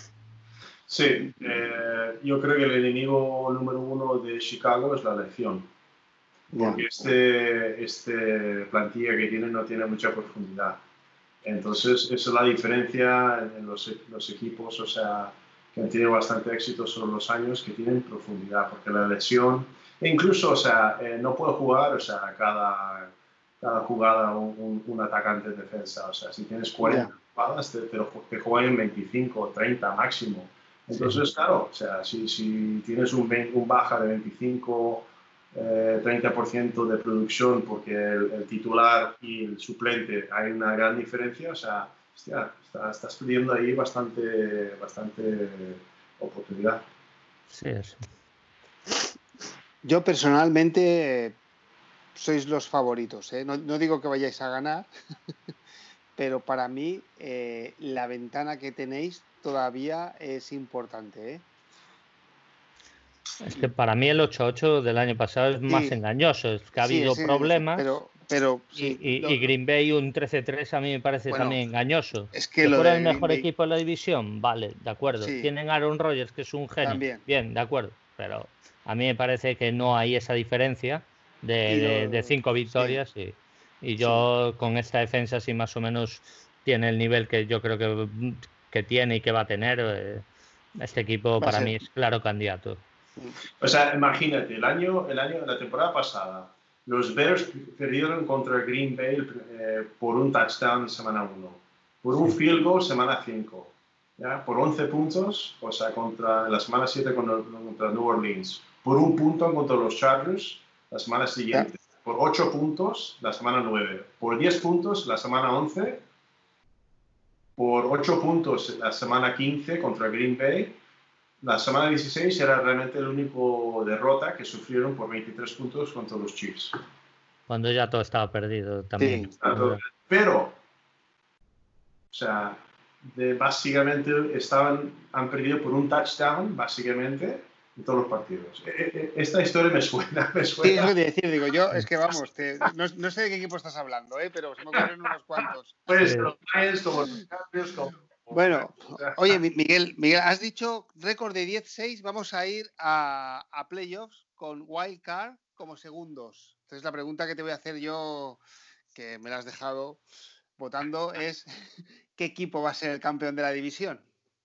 Sí, eh, yo creo que el enemigo número uno de Chicago es la elección. Porque este, este plantilla que tiene no tiene mucha profundidad. Entonces, esa es la diferencia en los, los equipos, o sea, que han tenido bastante éxito sobre los años, que tienen profundidad, porque la lesión, e incluso, o sea, eh, no puedo jugar, o sea, cada, cada jugada un, un, un atacante en defensa, o sea, si tienes cuarenta yeah. jugadas, te, te, te juegan en veinticinco o treinta máximo. Entonces, sí. Claro, o sea, si, si tienes un, un baja de veinticinco, eh, treinta por ciento de producción porque el, el titular y el suplente hay una gran diferencia, o sea, hostia, está, estás perdiendo ahí bastante, bastante oportunidad. Sí, eso. Yo personalmente eh, sois los favoritos, ¿eh? no, no digo que vayáis a ganar, pero para mí eh, la ventana que tenéis todavía es importante, ¿eh? Es que para mí el ocho ocho del año pasado es más sí. engañoso, es que ha habido sí, sí, problemas, pero, pero, sí, y, y, lo... y Green Bay un trece tres a mí me parece bueno, también engañoso. Es que, que lo fuera de el mejor Bay... equipo de la división, vale, de acuerdo. Sí. Tienen a Aaron Rodgers, que es un genio, también. Bien, de acuerdo, pero a mí me parece que no hay esa diferencia de, lo... de, de cinco victorias y, y yo con esta defensa sí más o menos tiene el nivel que yo creo que, que tiene y que va a tener. Eh, este equipo para mí es claro candidato. O sea, imagínate, el año, el año, la temporada pasada, los Bears perdieron contra Green Bay eh, por un touchdown semana uno, por un field goal semana cinco, ¿ya? Por once puntos, o sea, contra la semana siete contra, contra New Orleans, por un punto contra los Chargers la semana siguiente, yeah. por ocho puntos la semana nueve, por diez puntos la semana once, por ocho puntos la semana quince contra Green Bay. La semana dieciséis era realmente el único derrota que sufrieron por veintitrés puntos contra los Chiefs. Cuando ya todo estaba perdido también. Sí, pero, o sea, de, básicamente estaban, han perdido por un touchdown, básicamente, en todos los partidos. Esta historia me suena, me suena. Sí, es lo de decir, digo yo, es que vamos, te, no, no sé de qué equipo estás hablando, ¿eh? Pero se me ocurren unos cuantos. Pues sí. Los Lions, como los Cowboys, como... Bueno, oye, Miguel, Miguel, has dicho récord de diez seis, vamos a ir a, a playoffs con Wild Card como segundos. Entonces la pregunta que te voy a hacer yo, que me la has dejado votando, es ¿qué equipo va a ser el campeón de la división?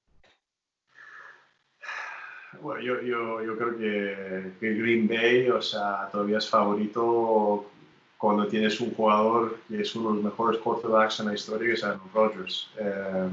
Bueno, yo, yo, yo creo que, que Green Bay, o sea, todavía es favorito cuando tienes un jugador que es uno de los mejores quarterbacks en la historia, que es Aaron Rodgers. Eh,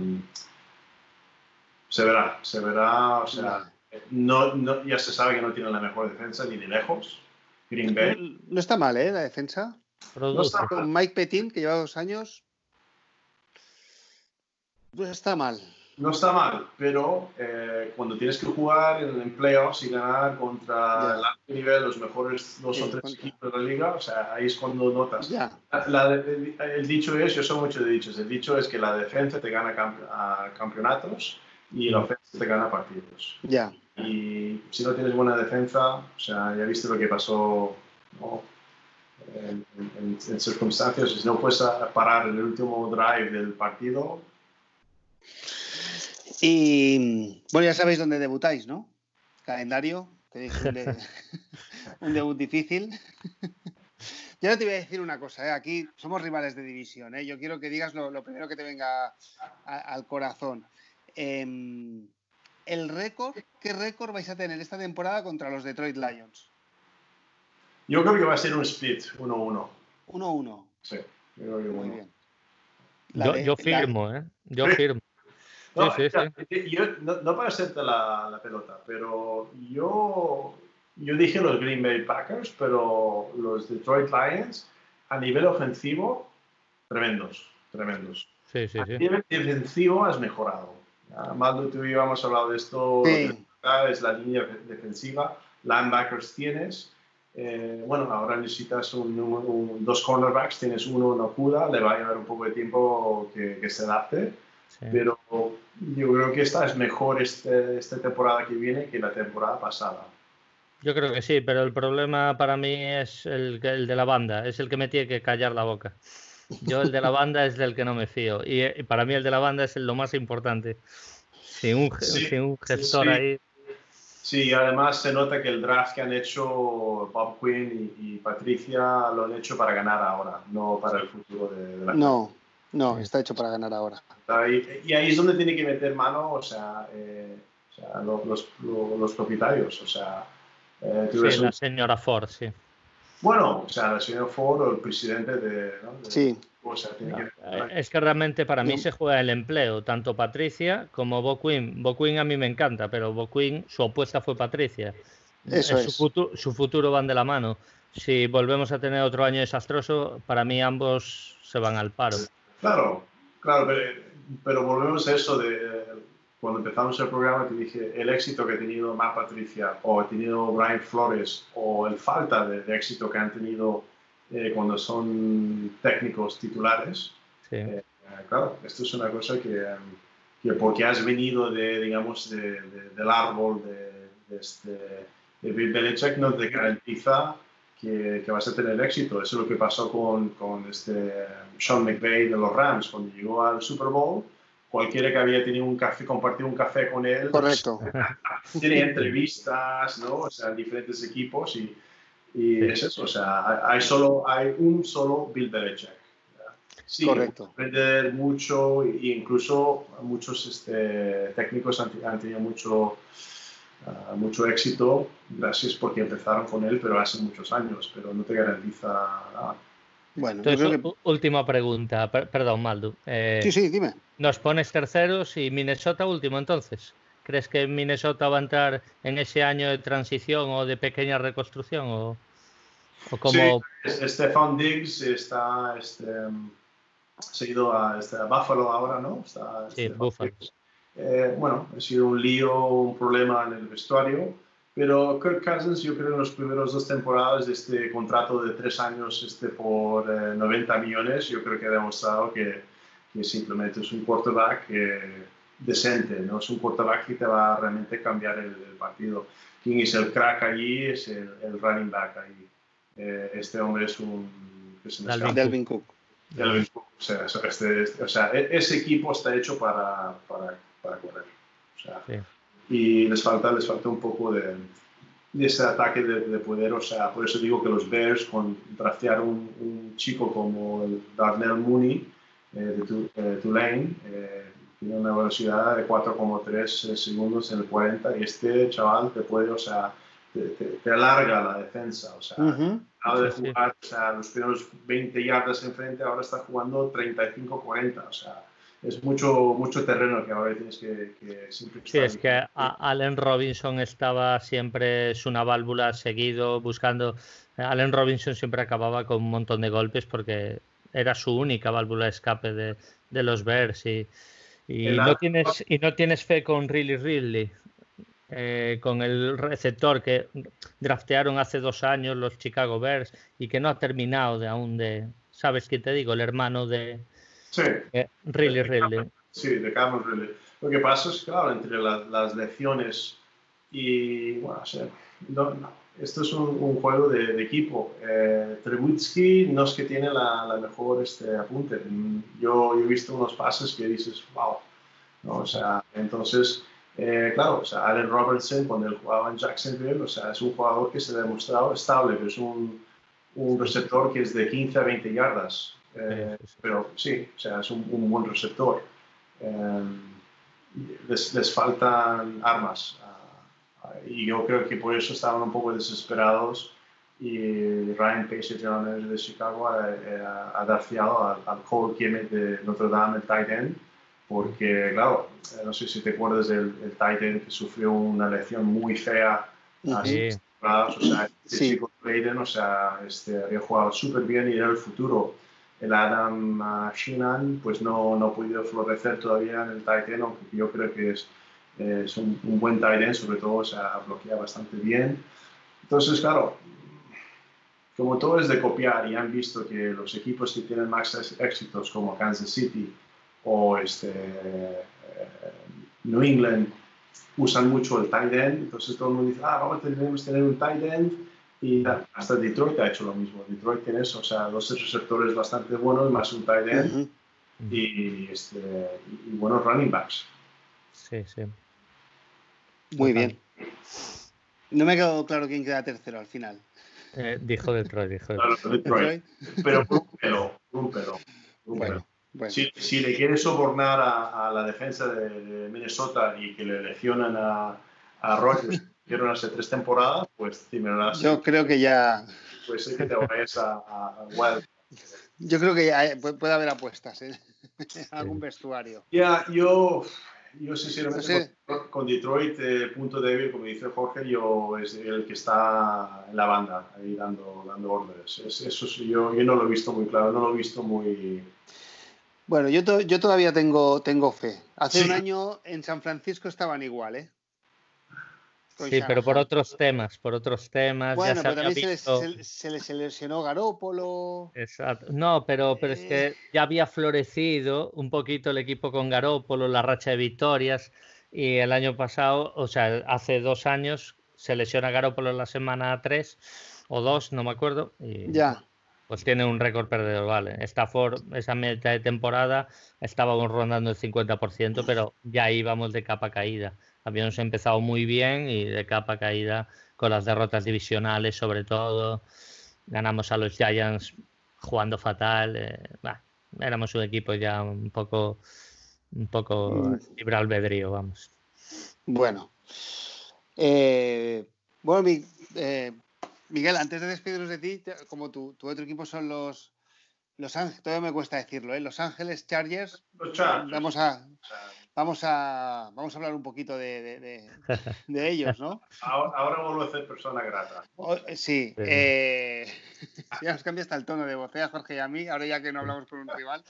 se verá, se verá, o sea, no, no, ya se sabe que no tienen la mejor defensa ni de lejos. Green Bay. No, no está mal, ¿eh? La defensa. No está con Mike Petin, que lleva dos años. No está mal. no está mal, pero eh, cuando tienes que jugar en, en playoffs y ganar contra yeah. el alto nivel, los mejores dos sí, o tres contra. equipos de la liga, o sea, ahí es cuando notas. Yeah. La, la, el, el dicho es, yo soy mucho de dichos, el dicho es que la defensa te gana campe, a campeonatos y la ofensa te gana partidos. Yeah. Y si no tienes buena defensa, o sea, ya viste lo que pasó, ¿no? en, en, en circunstancias, si no puedes parar el último drive del partido. Y bueno, ya sabéis dónde debutáis, ¿no? Calendario, tenéis un, de... un debut difícil. Yo no te voy a decir una cosa, ¿eh? Aquí somos rivales de división, ¿eh? Yo quiero que digas lo, lo primero que te venga a, al corazón. Eh, el récord, ¿qué récord vais a tener esta temporada contra los Detroit Lions? Yo creo que va a ser un split, uno uno. uno uno. Sí, yo creo que muy uno. bien. Yo, de, yo firmo, la... ¿eh? Yo sí. firmo. No, sí, sí, ya, sí. Yo, no, no para hacerte la, la pelota, pero yo, yo dije los Green Bay Packers, pero los Detroit Lions, a nivel ofensivo, tremendos, tremendos. Sí, sí, a sí. nivel defensivo has mejorado. Ya, Maldo, tú y yo hemos hablado de esto, sí. es la línea defensiva, linebackers tienes. Eh, bueno, ahora necesitas un, un, un, dos cornerbacks, tienes uno en Okuda, le va a llevar un poco de tiempo que, que se adapte. Sí. Pero yo creo que esta es mejor este, esta temporada que viene que la temporada pasada. Yo creo que sí, pero el problema para mí es el, el de la banda, es el que me tiene que callar la boca. Yo el de la banda es del que no me fío y, y para mí el de la banda es lo más importante. Sin un, sí, sin un gestor sí, sí. ahí. Sí, además se nota que el draft que han hecho Bob Quinn y, y Patricia lo han hecho para ganar ahora, no para el futuro de, de la No. No, está hecho para ganar ahora. Ahí, y ahí es donde tiene que meter mano, o sea, eh, o sea los, los, los propietarios, o sea... Eh, sí, la un... señora Ford, sí. Bueno, o sea, la señora Ford o el presidente de... ¿no? de sí. O sea, tiene no, que... Es que realmente para mí se juega el empleo, tanto Patricia como Bo Quinn. Bo Quinn a mí me encanta, pero Bo Quinn, su opuesta fue Patricia. Eso es. Su futuro, su futuro van de la mano. Si volvemos a tener otro año desastroso, para mí ambos se van al paro. Claro, claro, pero, pero volvemos a eso de cuando empezamos el programa que dije el éxito que ha tenido Matt Patricia o ha tenido Brian Flores o el falta de, de éxito que han tenido eh, cuando son técnicos titulares. Sí. Eh, claro, esto es una cosa que, que porque has venido de, digamos, de, de, del árbol de, de, este, de Bill Belichick no te garantiza Que, que vas a tener éxito. Eso es lo que pasó con, con este Sean McVay de los Rams. Cuando llegó al Super Bowl, cualquiera que había tenido un café, compartido un café con él, correcto, tiene entrevistas, ¿no? O sea, en diferentes equipos y, y sí. es eso. O sea, hay, solo, hay un solo Bill Belichick. Sí, correcto. Aprender mucho e incluso muchos este, técnicos han, han tenido mucho Uh, mucho éxito, gracias porque empezaron con él, pero hace muchos años, pero no te garantiza nada. Bueno, entonces, creo que... última pregunta, per perdón, Maldo. Eh, sí, sí, dime. Nos pones terceros y Minnesota último, entonces. ¿Crees que Minnesota va a entrar en ese año de transición o de pequeña reconstrucción? ¿O, o como... Sí, Stefan Diggs está este, se ha ido a, este, a Buffalo ahora, ¿no? Está, sí, Buffalo. Eh, bueno, ha sido un lío, un problema en el vestuario, pero Kirk Cousins yo creo en las primeras dos temporadas de este contrato de tres años este, por eh, noventa millones, yo creo que ha demostrado que, que simplemente es un quarterback eh, decente, no es un quarterback que te va a realmente cambiar el, el partido. Quien es el crack allí es el, el running back allí. Eh, este hombre es un... ¿qué se me Dalvin, Dalvin Cook. Dalvin Cook. O sea, este, este, o sea, ese equipo está hecho para... para para correr. O sea, sí. Y les falta, les falta un poco de, de ese ataque de, de poder. O sea, por eso digo que los Bears, con draftear un, un chico como el Darnell Mooney eh, de eh, Tulane, eh, tiene una velocidad de cuatro coma tres segundos en el cuarenta y este chaval te puede, o sea, te, te, te alarga la defensa. O sea, uh-huh. acaba de jugar, o sea, los primeros veinte yardas enfrente, ahora está jugando treinta y cinco cuarenta. O sea, es mucho, mucho terreno que ahora tienes que, que siempre... Sí, es que a Allen Robinson estaba siempre, es una válvula seguido, buscando... Allen Robinson siempre acababa con un montón de golpes porque era su única válvula de escape de, de los Bears y, Y no tienes, y no tienes fe con Riley Ridley, eh, con el receptor que draftearon hace dos años los Chicago Bears y que no ha terminado de aún de, ¿sabes qué te digo? El hermano de Sí. eh, Riley Ridley. Sí, de Cameron Ridley. Lo que pasa es, claro, entre la, las lecciones y, bueno, o sea, no, no, esto es un, un juego de, de equipo. Eh, Trubisky no es que tiene la, la mejor este, apunte. Yo, yo he visto unos pases que dices, wow, ¿no? O sea, entonces, eh, claro, o sea, Allen Robertson, cuando él jugaba en Jacksonville, o sea, es un jugador que se ha demostrado estable, pero es un, un receptor que es de quince a veinte yardas. Eh, sí, sí, sí. Pero sí, o sea, es un, un buen receptor. Eh, les, les faltan armas. Uh, y yo creo que por eso estaban un poco desesperados y Ryan Pace, el general manager de Chicago, ha, ha, ha drafteado al, al Cole Kemet de Notre Dame, el tight end, porque, claro, no sé si te acuerdas del el tight end que sufrió una lesión muy fea hace Sí. temporadas, o sea, este Sí. chico Braden, o sea, este, había jugado súper bien y era el futuro. El Adam uh, Sheenan pues no, no ha podido florecer todavía en el tight end, aunque yo creo que es, eh, es un, un buen tight end, sobre todo, o sea, bloquea bastante bien. Entonces, claro, como todo es de copiar y han visto que los equipos que tienen más éxitos como Kansas City o este, eh, New England usan mucho el tight end, entonces todo el mundo dice, ah, vamos a tener, tener un tight end. Y hasta Detroit ha hecho lo mismo. Detroit tiene eso, o sea, dos receptores bastante buenos, más un tight end uh-huh. y, este, y, y buenos running backs. Sí, sí. Muy bien. No me ha quedado claro quién queda tercero al final. Eh, dijo Detroit, dijo Claro, Detroit. Pero por un pelo, por un pelo. Por un bueno, pelo. Bueno. Si, si le quieres sobornar a, a la defensa de, de Minnesota y que le lesionan a, a Rodgers, hicieron hace tres temporadas, pues sí, me lo das. Yo creo que ya. Pues sí que te vayas a, a, a Wild. Yo creo que ya puede haber apuestas en algún vestuario. Ya, yeah, yo, yo sinceramente no sé. con, con Detroit, eh, punto débil, como dice Jorge, yo es el que está en la banda, ahí dando, dando órdenes. Es, eso sí, yo, yo no lo he visto muy claro, no lo he visto muy... Bueno, yo, to, yo todavía tengo, tengo fe. Hace sí. un año en San Francisco estaban igual, ¿eh? Con sí, Shanahan. Pero por otros temas, por otros temas. Bueno, ya pero también visto... se, les, se, les, se les lesionó Garoppolo. Exacto. No, pero, pero es que ya había florecido un poquito el equipo con Garoppolo, la racha de victorias. Y el año pasado, o sea, hace dos años, se lesiona Garoppolo en la semana tres o dos, no me acuerdo. Y, ya. Pues tiene un récord perdedor, vale. Stafford, esa meta de temporada, estábamos rondando el cincuenta por ciento, pero ya íbamos de capa caída. Habíamos empezado muy bien y de capa caída con las derrotas divisionales, sobre todo. Ganamos a los Giants jugando fatal. Eh, bah, éramos un equipo ya un poco, un poco libre albedrío, vamos. Bueno. Eh, bueno, mi, eh, Miguel, antes de despedirnos de ti, como tu, tu otro equipo son los Los Ángeles, todavía me cuesta decirlo, ¿eh? Los Ángeles Chargers. Los Chargers. Vamos a, vamos a, vamos a hablar un poquito de, de, de, de ellos, ¿no? Ahora, ahora vuelvo a ser persona grata. O, sí, sí. Eh, ya nos cambia hasta el tono de voz, ¿eh? A Jorge y a mí, ahora ya que no hablamos con un rival.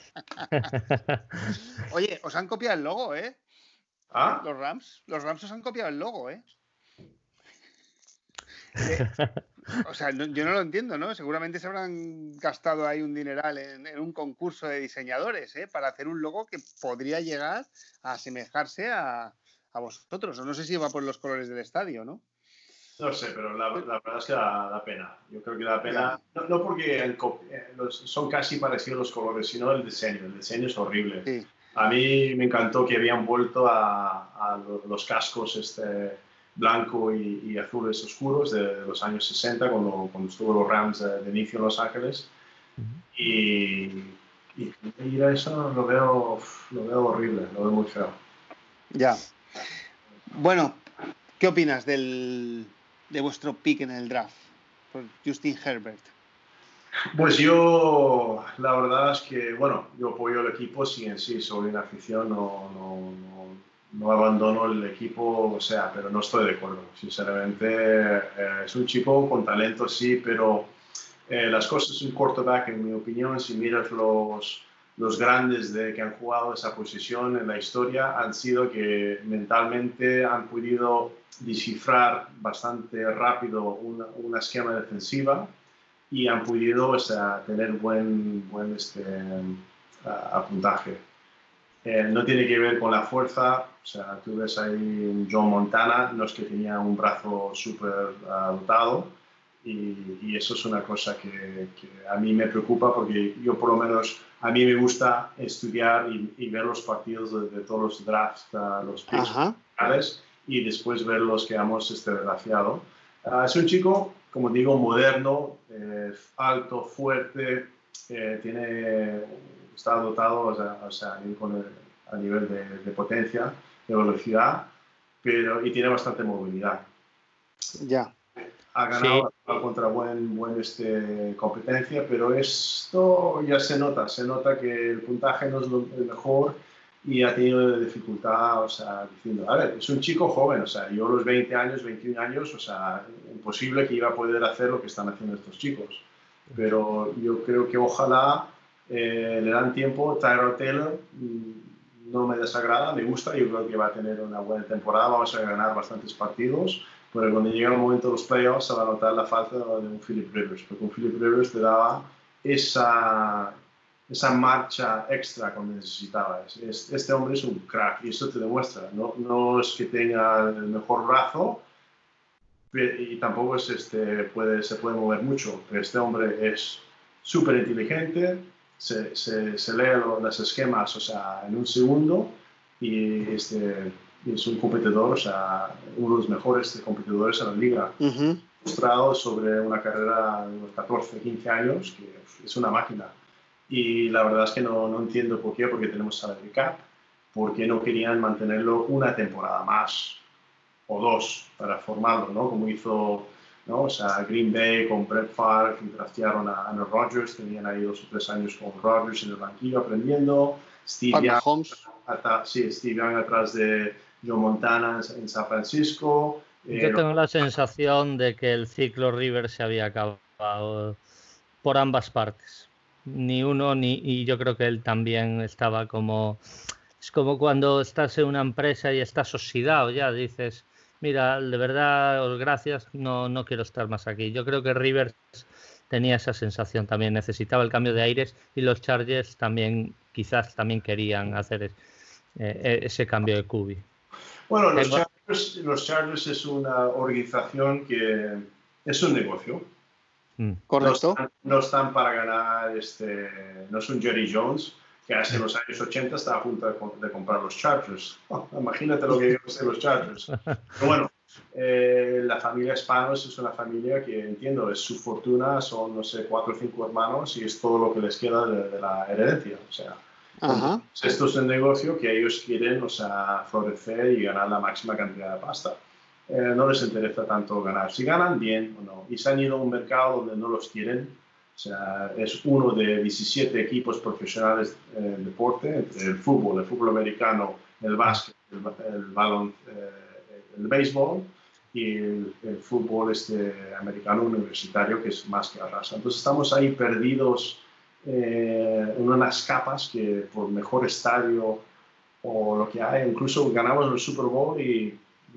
Oye, os han copiado el logo, ¿eh? ¿Ah? Los Rams, los Rams os han copiado el logo, ¿eh? eh O sea, no, yo no lo entiendo, ¿no? Seguramente se habrán gastado ahí un dineral en, en un concurso de diseñadores, ¿eh? Para hacer un logo que podría llegar a asemejarse a, a vosotros. O no sé si va por los colores del estadio, ¿no? No sé, pero la, la verdad es que da, da pena. Yo creo que da pena, no, no porque el, los, son casi parecidos los colores, sino el diseño. El diseño es horrible. Sí. A mí me encantó que habían vuelto a, a los, los cascos este, blanco y, y azules oscuros de, de los años sesenta, cuando, cuando estuvo los Rams de, de inicio en Los Ángeles. Uh-huh. Y, y, y eso lo veo, lo veo horrible, lo veo muy feo. Ya. Bueno, ¿qué opinas del, de vuestro pick en el draft por Justin Herbert? Pues yo, la verdad es que, bueno, yo apoyo el equipo, sí en sí, soy una afición, no, no, no, no abandono el equipo, o sea, pero no estoy de acuerdo, sinceramente. Eh, es un chico con talento, sí, pero eh, las cosas, un quarterback, en mi opinión, si miras los, los grandes de, que han jugado esa posición en la historia han sido que mentalmente han podido descifrar bastante rápido una, una esquema defensiva y han podido, o sea, tener buen, buen este, uh, puntaje. Eh, no tiene que ver con la fuerza, o sea, tú ves ahí un Joe Montana, no es que tenía un brazo súper uh, dotado, y, y eso es una cosa que, que a mí me preocupa porque yo por lo menos, a mí me gusta estudiar y, y ver los partidos de, de todos los drafts, uh, los picks finales, y después ver los que hemos este, relacionado. Uh, es un chico, como digo, moderno, eh, alto, fuerte, eh, tiene... está dotado, o sea, o sea, con el, a nivel de, de potencia, de velocidad, pero, y tiene bastante movilidad. Ya. Ha ganado sí. contra buen, buen este, competencia, pero esto ya se nota, se nota que el puntaje no es lo, el mejor y ha tenido dificultad, o sea, diciendo, a ver, es un chico joven, o sea, yo a los veinte años, veintiún años, o sea, imposible que iba a poder hacer lo que están haciendo estos chicos. Pero yo creo que ojalá Eh, le dan tiempo. Tyrod Taylor mmm, no me desagrada, me gusta, yo creo que va a tener una buena temporada, vamos a ganar bastantes partidos, pero cuando llega el momento de los playoffs se va a notar la falta de un Philip Rivers, porque un Philip Rivers te daba esa, esa marcha extra cuando necesitabas. Este hombre es un crack y eso te demuestra, no, no es que tenga el mejor brazo y tampoco es este, puede, se puede mover mucho, pero este hombre es súper inteligente. Se, se, se lee los esquemas, o sea, en un segundo y este, es un competidor, o sea, uno de los mejores competidores en la liga. Uh-huh. Mostrado sobre una carrera de unos catorce, quince años, que es una máquina. Y la verdad es que no, no entiendo por qué, porque tenemos salary cap, por qué no querían mantenerlo una temporada más o dos para formarlo, ¿no? Como hizo... ¿no? O sea, Green Bay con Brett Favre, que draftearon a Aaron Rodgers, tenían ahí dos o tres años con Rodgers en el banquillo aprendiendo. Steve Young, atrás, sí, Steve Young atrás de Joe Montana en San Francisco. Eh, Yo tengo la sensación de que el ciclo Rivers se había acabado por ambas partes. Ni uno, ni y yo creo que él también estaba como... Es como cuando estás en una empresa y estás oxidado, ya dices... Mira, de verdad, gracias, no, no quiero estar más aquí. Yo creo que Rivers tenía esa sensación también, necesitaba el cambio de aires y los Chargers también, quizás también querían hacer eh, ese cambio de Q B. Bueno, los Chargers, los Chargers es una organización que es un negocio. Mm. Correcto. No están, no están para ganar, este, no es un Jerry Jones, que hace los años ochenta estaba a punto de, de comprar los Chargers. Oh, imagínate lo que iban a hacer los Chargers. Pero bueno, eh, la familia Spanos es una familia que, entiendo, es su fortuna, son, no sé, cuatro o cinco hermanos y es todo lo que les queda de, de la herencia. O sea, uh-huh. Esto es un negocio que ellos quieren, o sea, florecer y ganar la máxima cantidad de pasta. Eh, no les interesa tanto ganar. Si ganan, bien o no. Y se han ido a un mercado donde no los quieren. O sea, es uno de diecisiete equipos profesionales en el deporte, entre el fútbol, el fútbol americano, el básquet, el, el balón, eh, el béisbol y el, el fútbol este, americano universitario, que es más que arrasa. Entonces estamos ahí perdidos eh, en unas capas que por mejor estadio o lo que hay, incluso ganamos el Super Bowl y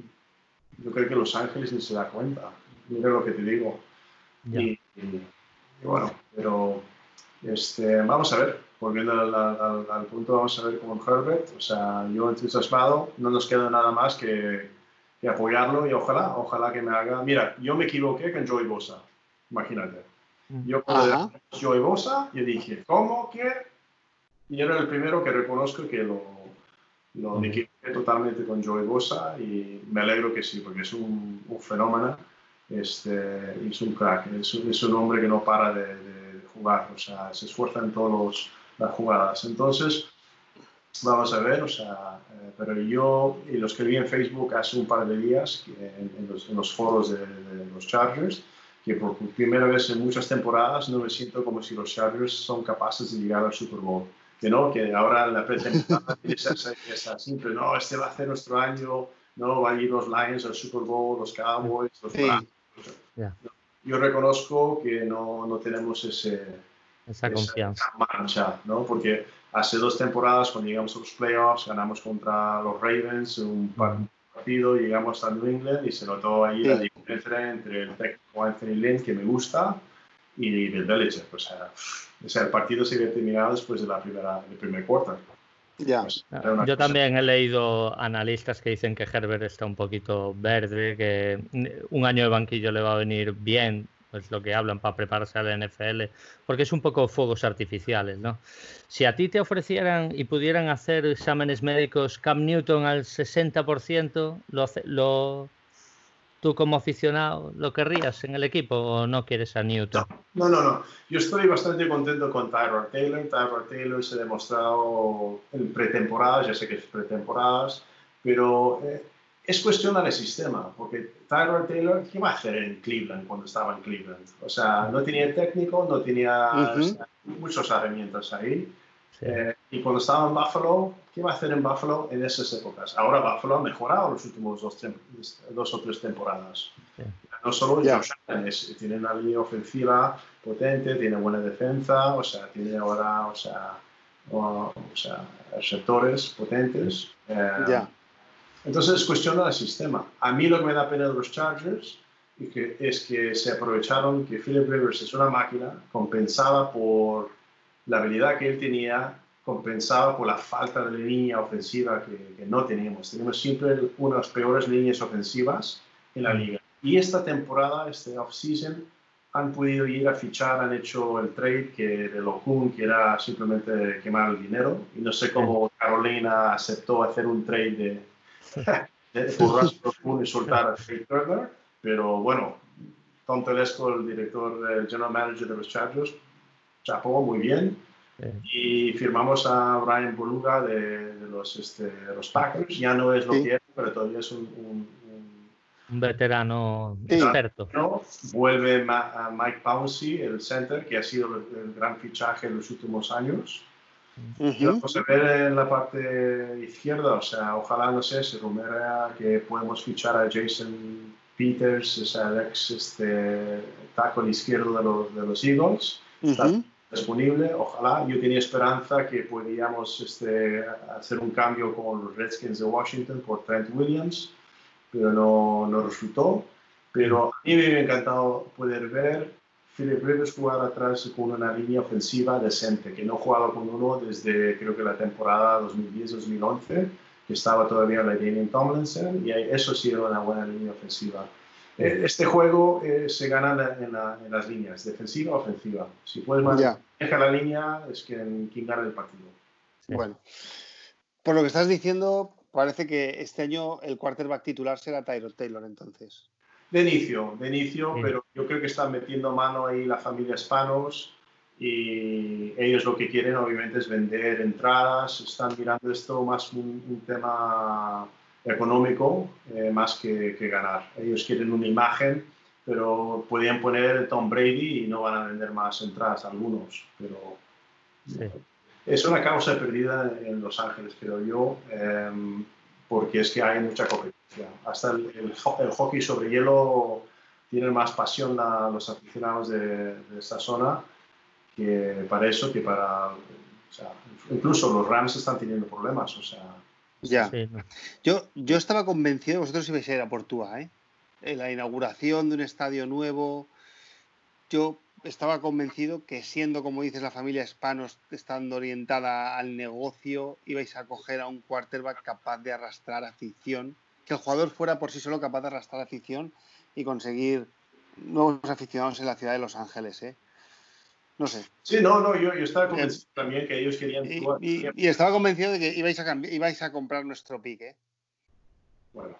yo creo que Los Ángeles ni se da cuenta. Mira lo que te digo. Yeah. Y, y, Y bueno, pero este, vamos a ver, volviendo al, al, al punto, vamos a ver con Herbert, o sea, yo entusiasmado, no nos queda nada más que, que apoyarlo y ojalá, ojalá que me haga, mira, yo me equivoqué con Joey Bosa, imagínate, yo cuando Joey Bosa, yo dije, ¿cómo que? Y era el primero que reconozco que lo, lo me equivoqué totalmente con Joey Bosa y me alegro que sí, porque es un, un fenómeno. Este, es un crack, es, es un hombre que no para de, de, de jugar, o sea, se esfuerza en todas las jugadas. Entonces, vamos a ver, o sea, eh, pero yo y lo escribí en Facebook hace un par de días que en, en, los, en los foros de, de los Chargers, que por primera vez en muchas temporadas no me siento como si los Chargers son capaces de llegar al Super Bowl. Que no, que ahora en la pretemporada esa, esa simple, no, este va a ser nuestro año, no, van a ir los Lions al Super Bowl, los Cowboys, los sí. Yeah. Yo reconozco que no, no tenemos ese, esa confianza, esa marcha, ¿no? Porque hace dos temporadas, cuando llegamos a los playoffs, ganamos contra los Ravens un partido, llegamos a New England y se notó ahí sí. la diferencia entre el técnico Anthony Lynn, que me gusta, y Bill Belichick. O sea, o sea, el partido se había terminado después de la primera, del primer quarter. Ya. Pues, Yo cosa... también he leído analistas que dicen que Herbert está un poquito verde, que un año de banquillo le va a venir bien, pues lo que hablan para prepararse a la N F L, porque es un poco fuegos artificiales, ¿no? Si a ti te ofrecieran y pudieran hacer exámenes médicos Cam Newton al sesenta por ciento, lo, lo, ¿tú como aficionado lo querrías en el equipo o no quieres a Newton? No, no, no. Yo estoy bastante contento con Tyrod Taylor. Tyrod Taylor se ha demostrado en pretemporadas, ya sé que es pretemporadas, pero eh, es cuestión del sistema, porque Tyrod Taylor, ¿qué va a hacer en Cleveland cuando estaba en Cleveland? O sea, no tenía técnico, no tenía uh-huh. o sea, muchas herramientas ahí. Sí. Eh, y cuando estaba en Buffalo, ¿qué va a hacer en Buffalo en esas épocas? Ahora Buffalo ha mejorado los últimos dos, dos o tres temporadas. Sí. No solo yeah. Josh Allen, es, tiene una línea ofensiva potente, tiene buena defensa, o sea, tiene ahora, o sea, o, o sea receptores potentes. Eh, yeah. Entonces es cuestión del sistema. A mí lo que me da pena de los Chargers y que, es que se aprovecharon que Philip Rivers es una máquina, compensada por la habilidad que él tenía, compensada por la falta de línea ofensiva que, que no teníamos. Tenemos siempre una de las peores líneas ofensivas en la liga. Y esta temporada, este off-season, han podido ir a fichar, han hecho el trade que de Okung, que era simplemente quemar el dinero. Y no sé cómo Carolina aceptó hacer un trade de, de forrarse Okung y soltar a Trey Turner. Pero bueno, Tom Telesco, el director, el general manager de los Chargers, chapó muy bien. Sí. Y firmamos a Brian Boluga de, de, los, este, de los Packers. Ya no es lo sí. que era, pero todavía es un, un Un veterano sí. experto. No, vuelve Ma- a Mike Pouncey, el center, que ha sido el, el gran fichaje en los últimos años. Uh-huh. Y vamos a ver en la parte izquierda, o sea, ojalá, no sé, se rumora que podemos fichar a Jason Peters, o sea, el ex este, tackle izquierdo de los, de los Eagles. Uh-huh. Está disponible, ojalá. Yo tenía esperanza que podíamos este, hacer un cambio con los Redskins de Washington por Trent Williams, pero no, no resultó. Pero a mí me ha encantado poder ver Philip Rivers jugar atrás con una línea ofensiva decente, que no jugaba con uno desde creo que la temporada dos mil diez dos mil once, que estaba todavía la Daniel Tomlinson, y eso sí era una buena línea ofensiva. Este juego eh, se gana en, la, en las líneas, defensiva o ofensiva. Si puedes manejar yeah. la línea, es quien, quien gana el partido. Sí. Bueno, por lo que estás diciendo, parece que este año el quarterback titular será Tyrod Taylor, entonces. De inicio, de inicio, sí. Pero yo creo que están metiendo mano ahí la familia Spanos y ellos lo que quieren obviamente es vender entradas, están mirando esto más un, un tema económico eh, más que, que ganar. Ellos quieren una imagen, pero podían poner Tom Brady y no van a vender más entradas algunos, pero sí. Es una causa perdida en Los Ángeles, creo yo, eh, porque es que hay mucha competencia. Hasta el, el, el hockey sobre hielo tiene más pasión a los aficionados de, de esta zona que para eso, que para... O sea, incluso los Rams están teniendo problemas, o sea... Ya. Sí, no. yo, yo estaba convencido, vosotros ibais a ir a Portugal, ¿eh? En la inauguración de un estadio nuevo, yo estaba convencido que siendo, como dices, la familia Spanos estando orientada al negocio, ibais a coger a un quarterback capaz de arrastrar afición, que el jugador fuera por sí solo capaz de arrastrar afición y conseguir nuevos aficionados en la ciudad de Los Ángeles, ¿eh? No sé. Sí, no, no, yo, yo estaba convencido eh, también que ellos querían... Y, y, y estaba convencido de que ibais a, ibais a comprar nuestro pick, ¿eh? Bueno,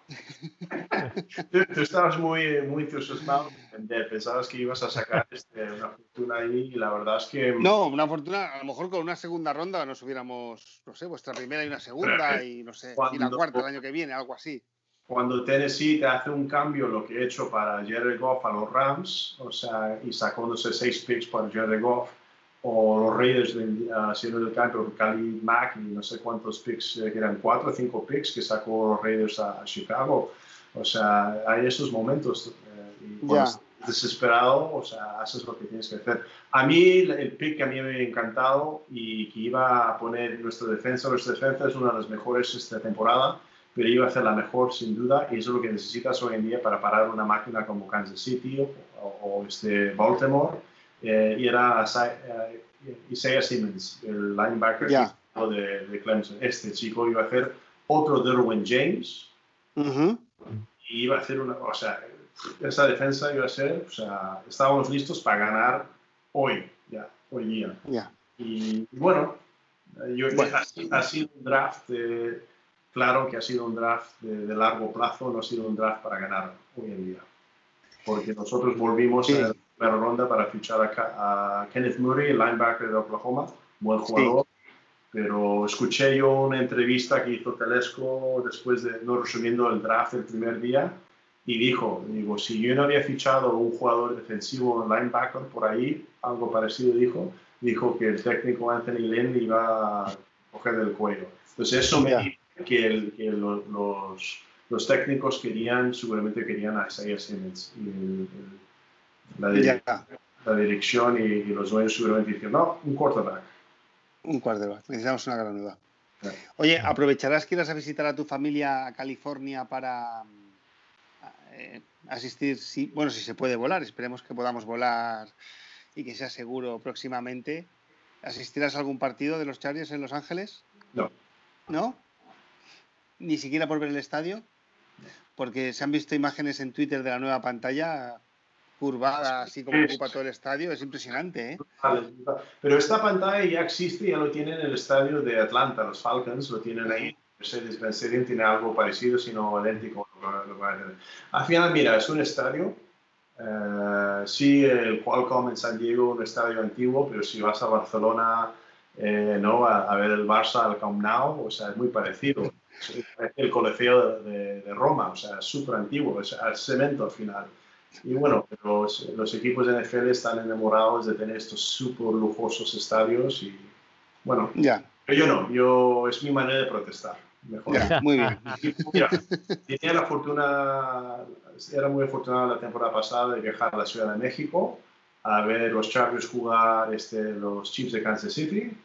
tú, tú estabas muy, muy entusiasmado en vender, pensabas que ibas a sacar este, una fortuna ahí y la verdad es que... No, una fortuna, a lo mejor con una segunda ronda nos hubiéramos, no sé, vuestra primera y una segunda Pero, y no sé, cuando, y la cuarta el año que viene, algo así. Cuando Tennessee te hace un cambio, lo que he hecho para Jared Goff a los Rams, o sea, y sacándose seis picks para Jared Goff, o los Raiders haciendo uh, el cambio por Khalid Mack y no sé cuántos picks, eh, que eran cuatro o cinco picks que sacó los Raiders a, a Chicago. O sea, hay esos momentos. Eh, y cuando, desesperado, o sea, haces lo que tienes que hacer. A mí, el pick que a mí me ha encantado y que iba a poner nuestra defensa, nuestra defensa es una de las mejores esta temporada, pero iba a ser la mejor sin duda, y eso es lo que necesitas hoy en día para parar una máquina como Kansas City o, o, o este Baltimore, eh, y era uh, Isaiah Simmons, el linebacker yeah. de, de Clemson. Este chico iba a hacer otro Derwin James, uh-huh. y iba a hacer una, o sea, esa defensa iba a ser, o sea, estábamos listos para ganar hoy, ya, hoy día. Yeah. Y, y bueno, yo, bueno. Ha, ha sido un draft, de, claro que ha sido un draft de, de largo plazo, no ha sido un draft para ganar hoy en día. Porque nosotros volvimos sí. a la primera ronda para fichar a, a Kenneth Murray, el linebacker de Oklahoma, buen jugador. Sí. Pero escuché yo una entrevista que hizo Telesco después de, no resumiendo el draft el primer día, y dijo, digo, si yo no había fichado un jugador defensivo, un linebacker por ahí, algo parecido dijo, dijo que el técnico Anthony Lynn iba a coger del cuello. Entonces eso me dice que, el, que los, los, los técnicos querían, seguramente querían a Isaiah Simmons. Y el, el, la, direc la dirección y, y los dueños seguramente dijeron, no, un quarterback. Un quarterback, necesitamos una granuda. Oye, ¿aprovecharás que irás a visitar a tu familia a California para eh, asistir? Si, bueno, si se puede volar, esperemos que podamos volar y que sea seguro próximamente. ¿Asistirás a algún partido de los Chargers en Los Ángeles? No. ¿No? ¿Ni siquiera por ver el estadio? Porque se han visto imágenes en Twitter de la nueva pantalla curvada, así como ocupa todo el estadio, es impresionante, ¿eh? Pero esta pantalla ya existe, ya lo tienen en el estadio de Atlanta, los Falcons, lo tienen ahí. Mercedes-Benz Stadium tiene algo parecido, sino idéntico. Al final, mira, es un estadio, uh, sí, el Qualcomm en San Diego, un estadio antiguo, pero si vas a Barcelona, eh, ¿no? a, a ver el Barça al Camp Nou, o sea, es muy parecido. El Coliseo de, de Roma, o sea, es súper antiguo, es al cemento al final. Y bueno, los, los equipos de N F L están enamorados de tener estos súper lujosos estadios y bueno, yeah. pero yo no, yo es mi manera de protestar. Mejor. Yeah, muy bien. Mira, tenía la fortuna, era muy afortunado la temporada pasada de viajar a la Ciudad de México a ver los Chargers jugar este, los Chiefs de Kansas City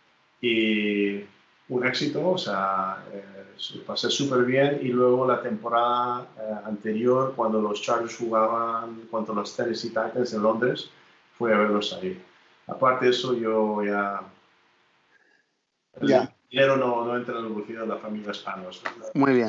y un éxito, o sea, eh, pasé súper bien y luego la temporada eh, anterior cuando los Chargers jugaban contra los Tennessee Titans en Londres, fui a verlos ahí. Aparte de eso, yo ya... El yeah. dinero no, no entra en el bolsillo de la familia Spanos. Muy bien.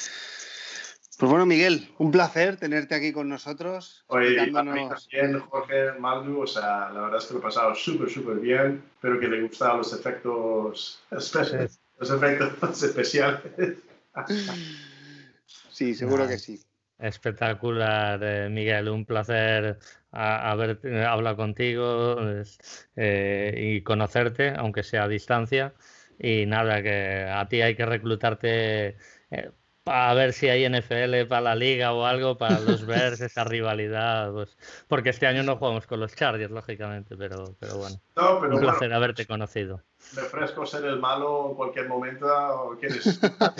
Pues bueno, Miguel, un placer tenerte aquí con nosotros. Oye, explicándonos... también, Jorge, Maldu, o sea, la verdad es que lo he pasado súper, súper bien. Espero que le gustaran los efectos, especiales, los efectos especiales. Sí, seguro que sí. Espectacular, eh, Miguel, un placer a, haber hablado contigo eh, y conocerte, aunque sea a distancia. Y nada, que a ti hay que reclutarte... Eh, para ver si hay N F L para la liga o algo, para los Bears, esa rivalidad, pues, porque este año no jugamos con los Chargers, lógicamente, pero, pero bueno, no, pero un placer bueno, haberte conocido. Me ofrezco ser el malo en cualquier momento, ¿o quieres?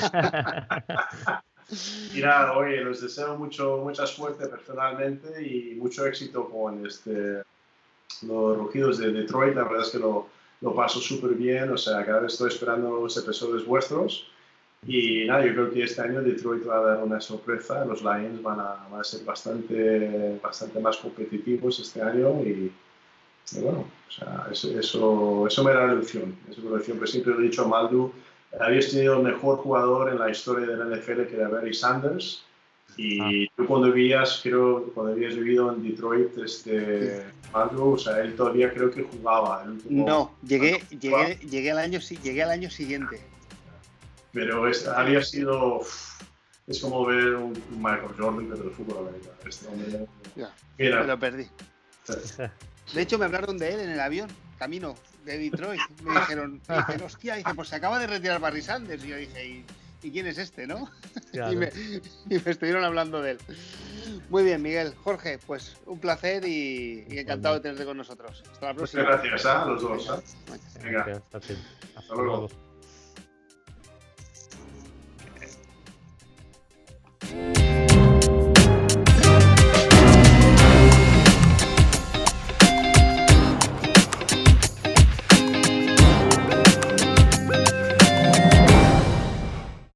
Y nada, oye, les deseo mucho, mucha suerte personalmente y mucho éxito con este, los Rugidos de Detroit. La verdad es que lo, lo paso súper bien, o sea, cada vez estoy esperando los episodios vuestros. Y nada, yo creo que este año Detroit va a dar una sorpresa. Los Lions van a, van a ser bastante, bastante más competitivos este año. Y, y bueno, o sea, eso, eso, eso me da la ilusión. Eso me da la ilusión. Pero siempre lo he dicho a Maldu, habías tenido el mejor jugador en la historia de la N F L, que era Barry Sanders. Y ah. tú cuando vivías, creo, cuando habías vivido en Detroit, este, Maldu, o sea, él todavía creo que jugaba. El último, no, llegué, llegué, llegué, al año, llegué al año siguiente. Pero este, había sido, es como ver un Michael Jordan pero del fútbol americano. Este hombre, ya, mira, me lo perdí. Sí. De hecho, me hablaron de él en el avión, camino de Detroit. Me dijeron, me dijeron hostia, dice, pues se acaba de retirar Barry Sanders. Y yo dije, ¿y, ¿y quién es este, no? Claro. y, me, y me estuvieron hablando de él. Muy bien, Miguel. Jorge, pues un placer y, y encantado de tenerte con nosotros. Hasta la próxima. Muchas gracias a los dos. ¿eh? Venga. Hasta luego.